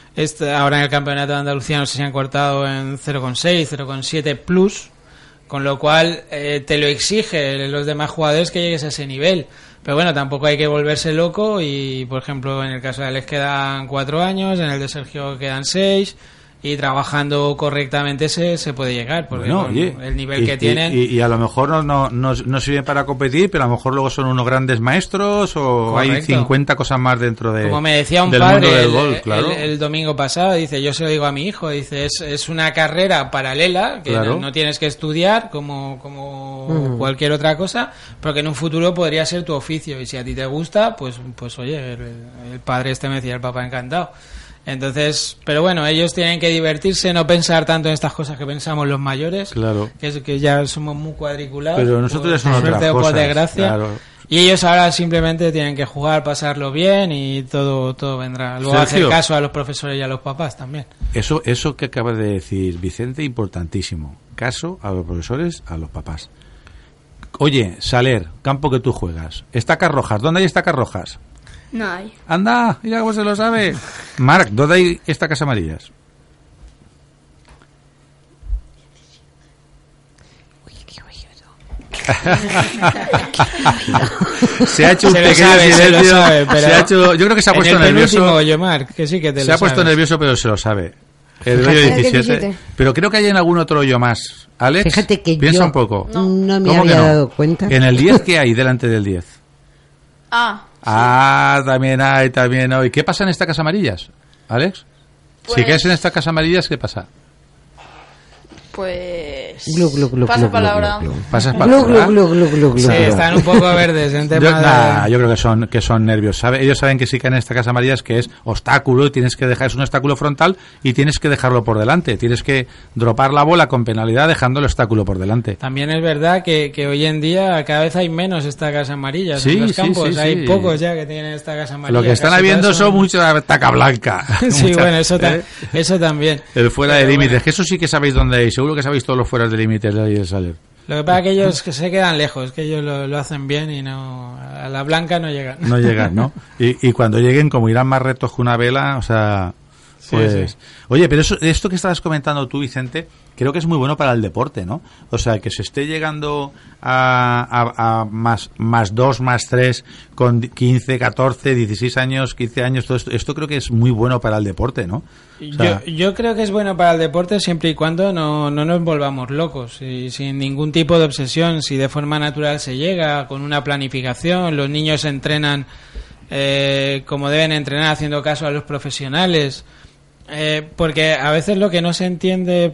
Speaker 4: ahora en el Campeonato de Andalucía no sé si han cortado en 0,6, 0,7 plus, con lo cual te lo exige los demás jugadores que llegues a ese nivel. Pero bueno, tampoco hay que volverse loco, y por ejemplo en el caso de Alex quedan 4 años, en el de Sergio quedan 6, y trabajando correctamente se puede llegar, porque
Speaker 3: Bueno,
Speaker 4: con
Speaker 3: oye,
Speaker 4: el nivel que tienen...
Speaker 3: y a lo mejor no sirven para competir, pero a lo mejor luego son unos grandes maestros, o hay
Speaker 4: Correcto.
Speaker 3: 50 cosas más dentro de,
Speaker 4: Como me decía un
Speaker 3: del
Speaker 4: padre
Speaker 3: mundo del golf, claro.
Speaker 4: el domingo pasado, dice, yo se lo digo a mi hijo, dice, es una carrera paralela, que
Speaker 3: Claro.
Speaker 4: no tienes que estudiar como cualquier otra cosa, pero que en un futuro podría ser tu oficio, y si a ti te gusta, pues oye, el padre me decía, el papá encantado. Entonces, pero bueno, ellos tienen que divertirse, no pensar tanto en estas cosas que pensamos los mayores,
Speaker 3: Claro.
Speaker 4: que ya somos muy cuadriculados.
Speaker 3: Pero nosotros
Speaker 4: por
Speaker 3: son otras
Speaker 4: suerte o por
Speaker 3: cosas,
Speaker 4: desgracia.
Speaker 3: claro.
Speaker 4: Y ellos ahora simplemente tienen que jugar, pasarlo bien, y todo vendrá. Luego hacer
Speaker 3: Sergio.
Speaker 4: caso a los profesores y a los papás también.
Speaker 3: Eso que acaba de decir Vicente, importantísimo. Caso a los profesores, a los papás. Oye, Saler, campo que tú juegas. Estacas Rojas, ¿dónde hay Estacas Rojas?
Speaker 14: No hay.
Speaker 3: Anda, mira cómo se lo sabe. Marc, ¿dónde hay Estacas Amarillas? Se ha hecho un
Speaker 4: Se lo
Speaker 3: pequeño
Speaker 4: sabe, se lo
Speaker 3: silencio.
Speaker 4: sabe, pero
Speaker 3: Se ha hecho, yo creo que se ha puesto
Speaker 4: en el penúltimo
Speaker 3: nervioso.
Speaker 4: hoyo, Marc, que sí que te
Speaker 3: Se
Speaker 4: lo
Speaker 3: ha puesto
Speaker 4: sabes.
Speaker 3: nervioso, pero se lo sabe. El
Speaker 5: Fíjate.
Speaker 3: hoyo
Speaker 7: El
Speaker 3: 17.
Speaker 7: 17.
Speaker 3: Pero creo que hay en algún otro hoyo más. Alex,
Speaker 5: Fíjate que
Speaker 3: piensa
Speaker 5: yo
Speaker 3: un poco.
Speaker 5: no me
Speaker 3: ¿Cómo que
Speaker 5: había
Speaker 3: no?
Speaker 5: dado cuenta.
Speaker 3: En el 10, ¿qué hay delante del 10? También hay. ¿Y qué pasa en estas casas amarillas, Alex?
Speaker 6: Pues...
Speaker 3: Si quedas en estas casas amarillas, ¿qué pasa?
Speaker 6: Pues...
Speaker 5: Pasa
Speaker 6: palabra.
Speaker 3: ¿Pasas palabra?
Speaker 4: Sí, están un poco verdes en tema
Speaker 3: yo creo que son nervios. Ellos saben que si caen en esta casa amarilla es que es obstáculo y tienes que dejar, es un obstáculo frontal y tienes que dejarlo por delante. Tienes que dropar la bola con penalidad dejando el obstáculo por delante.
Speaker 4: También es verdad que hoy en día cada vez hay menos esta casa amarilla. En los campos hay pocos ya que tienen esta casa amarilla.
Speaker 3: Lo que están habiendo son mucha taca blanca.
Speaker 4: Sí, bueno, eso también.
Speaker 3: El fuera de límites, que eso sí que sabéis dónde hay. Seguro que sabéis todos los fueras de límites de ahí de Saler.
Speaker 4: Lo que pasa es que ellos que se quedan lejos, que ellos lo hacen bien y no a la blanca no llegan.
Speaker 3: No llegan, ¿no? Y cuando lleguen, como irán más rectos que una vela, o sea... Pues... Sí. Oye, pero esto que estabas comentando tú, Vicente, creo que es muy bueno para el deporte, ¿no? O sea, que se esté llegando a más 2, más 3 con 15, 14, 16 años, 15 años, todo esto creo que es muy bueno para el deporte, ¿no? O sea,
Speaker 4: yo creo que es bueno para el deporte siempre y cuando no nos volvamos locos y sin ningún tipo de obsesión. Si de forma natural se llega, con una planificación, los niños entrenan como deben entrenar, haciendo caso a los profesionales. Porque a veces lo que no se entiende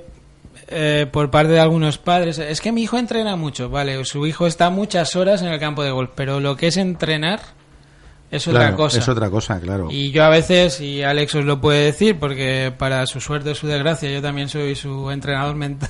Speaker 4: por parte de algunos padres es que mi hijo entrena mucho, vale, su hijo está muchas horas en el campo de golf, pero lo que es entrenar es otra cosa.
Speaker 3: Es otra cosa, claro.
Speaker 4: Y yo a veces, y Alex os lo puede decir, porque para su suerte o su desgracia yo también soy su entrenador mental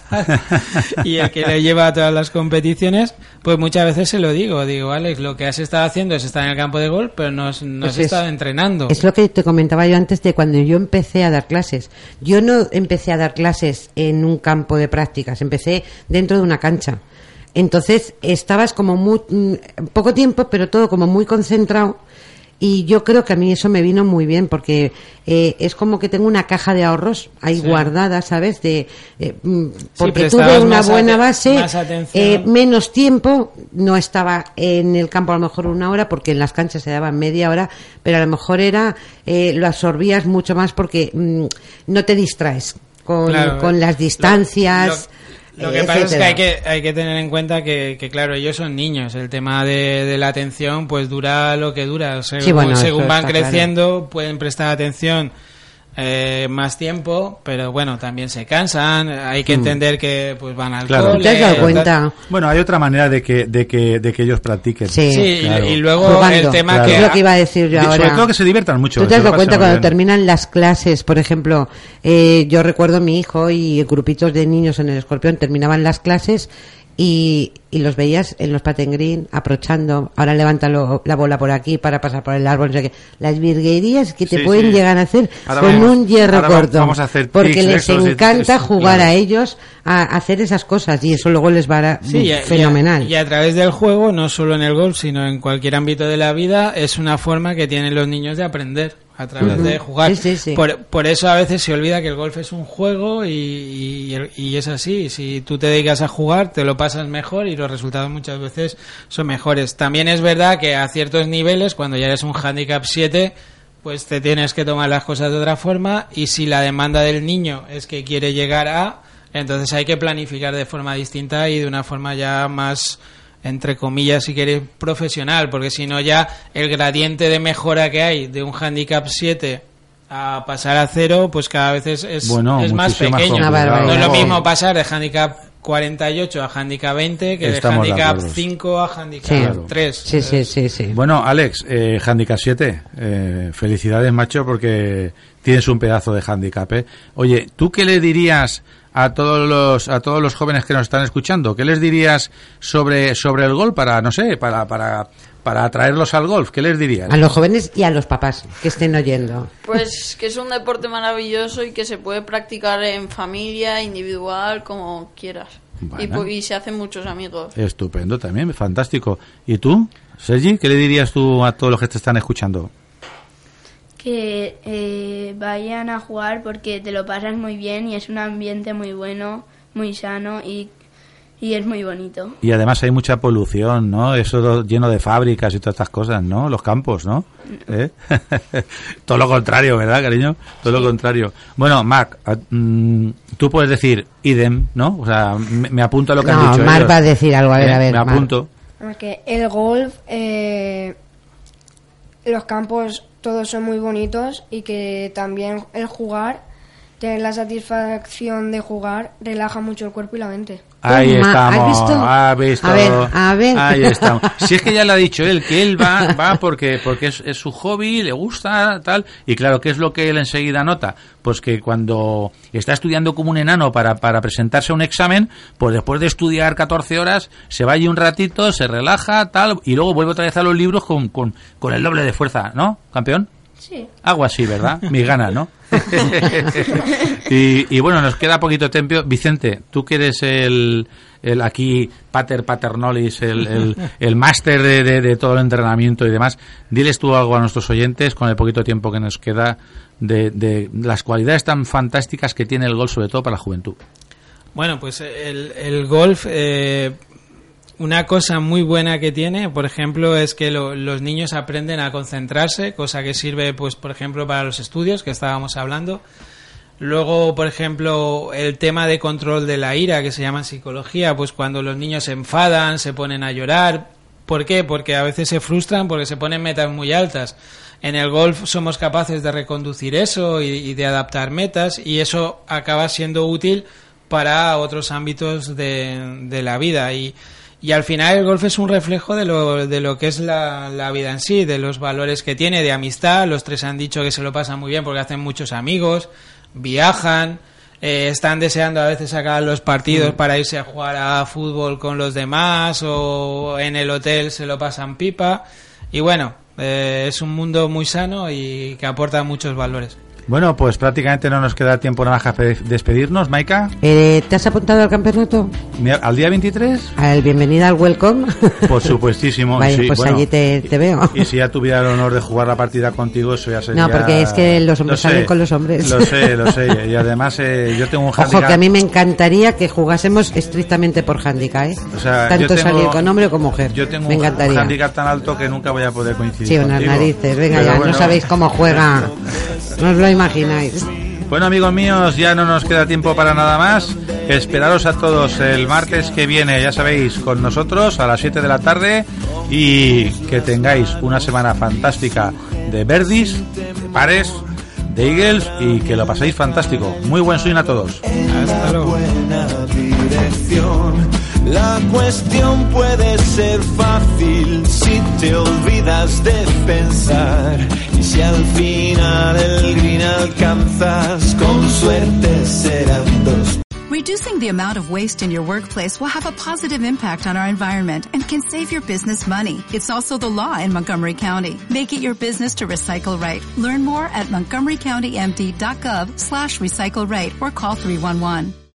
Speaker 4: y el que le lleva a todas las competiciones, pues muchas veces se lo digo, Alex, lo que has estado haciendo es estar en el campo de golf, pero no has estado entrenando.
Speaker 5: Es lo que te comentaba yo antes de cuando yo empecé a dar clases. Yo no empecé a dar clases en un campo de prácticas, empecé dentro de una cancha. Entonces estabas como muy poco tiempo, pero todo como muy concentrado. Y yo creo que a mí eso me vino muy bien porque es como que tengo una caja de ahorros ahí guardada, ¿sabes? Porque tuve una buena base, menos tiempo, no estaba en el campo a lo mejor 1 hora porque en las canchas se daban media hora, pero a lo mejor lo absorbías mucho más porque no te distraes con las distancias.
Speaker 4: Lo que pasa es que hay que tener en cuenta que claro, ellos son niños. El tema de la atención pues dura lo que dura. Según van creciendo, claro, pueden prestar atención más tiempo, pero bueno, también se cansan. Hay que entender que pues van al cole.
Speaker 5: ¿Te has dado cuenta?
Speaker 3: Bueno, hay otra manera de que ellos pratiquen.
Speaker 5: Sí,
Speaker 3: claro.
Speaker 4: Y luego
Speaker 5: jugando,
Speaker 4: el tema
Speaker 5: claro,
Speaker 4: que...
Speaker 5: Es lo que iba a decir yo ahora.
Speaker 3: Sobre todo que se diviertan mucho.
Speaker 5: ¿Tú te has dado cuenta cuando terminan las clases? Por ejemplo, yo recuerdo a mi hijo y grupitos de niños en el Escorpión terminaban las clases y los veías en los patent green aprochando, ahora levanta la bola por aquí para pasar por el árbol, no sé qué. Las virguerías que te pueden llegar a hacer ahora con un hierro corto,
Speaker 3: vamos a hacer
Speaker 5: porque les encanta jugar a ellos a hacer esas cosas y eso luego les va fenomenal.
Speaker 4: Y a través del juego, no solo en el golf sino en cualquier ámbito de la vida, es una forma que tienen los niños de aprender a través de jugar.
Speaker 5: Sí.
Speaker 4: Por eso a veces se olvida que el golf es un juego y es así. Si tú te dedicas a jugar, te lo pasas mejor y los resultados muchas veces son mejores. También es verdad que a ciertos niveles, cuando ya eres un handicap 7, pues te tienes que tomar las cosas de otra forma, y si la demanda del niño es que quiere llegar a, entonces hay que planificar de forma distinta y de una forma ya más, entre comillas, si queréis, profesional, porque si no ya el gradiente de mejora que hay de un handicap 7 a pasar a 0, pues cada vez es más pequeño. No es lo mismo pasar de handicap 48 a handicap 20 que de handicap 5 a handicap 3.
Speaker 5: Sí.
Speaker 3: Bueno, Alex, handicap 7, felicidades, macho, porque tienes un pedazo de handicap, ¿eh? Oye, ¿tú qué le dirías a todos los jóvenes que nos están escuchando? ¿Qué les dirías sobre el golf para, no sé, para atraerlos al golf? ¿Qué les dirías?
Speaker 5: A los jóvenes y a los papás que estén oyendo.
Speaker 6: Pues que es un deporte maravilloso y que se puede practicar en familia, individual, como quieras. Bueno. Y se hacen muchos amigos.
Speaker 3: Estupendo también, fantástico. ¿Y tú, Sergi, qué le dirías tú a todos los que te están escuchando?
Speaker 14: Que vayan a jugar porque te lo pasas muy bien y es un ambiente muy bueno, muy sano y es muy bonito. Y
Speaker 3: además hay mucha polución, ¿no? Eso lleno de fábricas y todas estas cosas, ¿no? Los campos, ¿no? Todo lo contrario, ¿verdad, cariño? Todo lo contrario. Bueno, Marc, tú puedes decir idem, ¿no? O sea, me apunto a lo que han dicho
Speaker 5: Marc
Speaker 3: ellos.
Speaker 5: va a decir algo, a ver.
Speaker 3: Me apunto.
Speaker 7: Porque el golf los campos todos son muy bonitos y que también el jugar, tener la satisfacción de jugar, relaja mucho el cuerpo y la mente.
Speaker 3: Ahí estamos.
Speaker 5: ¿Has visto? A ver.
Speaker 3: Ahí estamos. Si es que ya le ha dicho él, que él va porque es su hobby, le gusta, tal. Y claro, ¿qué es lo que él enseguida nota? Pues que cuando está estudiando como un enano para presentarse a un examen, pues después de estudiar 14 horas, se va allí un ratito, se relaja, tal, y luego vuelve otra vez a los libros con el doble de fuerza, ¿no, campeón?
Speaker 7: Sí.
Speaker 3: Algo así, ¿verdad? Mis ganas, ¿no? y bueno, nos queda poquito tiempo. Vicente, tú que eres el aquí paternolis, el máster de todo el entrenamiento y demás, diles tú algo a nuestros oyentes con el poquito tiempo que nos queda de las cualidades tan fantásticas que tiene el golf, sobre todo para la juventud.
Speaker 4: Bueno, pues el golf, una cosa muy buena que tiene, por ejemplo, es que los niños aprenden a concentrarse, cosa que sirve, pues, por ejemplo, para los estudios que estábamos hablando. Luego, por ejemplo, el tema de control de la ira, que se llama en psicología, pues cuando los niños se enfadan, se ponen a llorar. ¿Por qué? Porque a veces se frustran porque se ponen metas muy altas. En el golf somos capaces de reconducir eso y de adaptar metas, y eso acaba siendo útil para otros ámbitos de la vida. Y al final el golf es un reflejo de lo que es la vida en sí, de los valores que tiene, de amistad. Los tres han dicho que se lo pasan muy bien porque hacen muchos amigos, viajan, están deseando a veces acabar los partidos para irse a jugar a fútbol con los demás, o en el hotel se lo pasan pipa. Y bueno, es un mundo muy sano y que aporta muchos valores.
Speaker 3: Bueno, pues prácticamente no nos queda tiempo nada más que despedirnos, Maika.
Speaker 5: ¿Te has apuntado al campeonato?
Speaker 3: ¿Al día 23?
Speaker 5: Al bienvenida al welcome.
Speaker 3: Por supuestísimo.
Speaker 5: Vaya,
Speaker 3: sí,
Speaker 5: pues
Speaker 3: bueno,
Speaker 5: allí te veo.
Speaker 3: Y si ya tuviera el honor de jugar la partida contigo, eso ya sería...
Speaker 5: No, porque es que los hombres salen con los hombres.
Speaker 3: Lo sé. Y además yo tengo un handicap...
Speaker 5: Ojo, que a mí me encantaría que jugásemos estrictamente por handicap, ¿eh?
Speaker 3: O sea,
Speaker 5: tanto salir con hombre o con mujer.
Speaker 3: Yo tengo
Speaker 5: me encantaría.
Speaker 3: un handicap tan alto que nunca voy a poder coincidir
Speaker 5: Sí, unas
Speaker 3: contigo.
Speaker 5: narices. Venga,
Speaker 3: Pero
Speaker 5: ya,
Speaker 3: bueno.
Speaker 5: no sabéis cómo juega. No os lo imagináis.
Speaker 3: Bueno, amigos míos, ya no nos queda tiempo para nada más. Esperaros a todos el martes que viene, ya sabéis, con nosotros a las 7 de la tarde, y que tengáis una semana fantástica de birdies, de pares, de eagles, y que lo paséis fantástico. Muy buen swing a todos.
Speaker 2: Hasta luego. La cuestión puede ser fácil si te olvidas de pensar, y si al final el green alcanzas, con suerte serán dos.
Speaker 17: Reducing the amount of waste in your workplace will have a positive impact on our environment and can save your business money. It's also the law in Montgomery County. Make it your business to recycle right. Learn more at montgomerycountymd.gov/recycle right or call 311.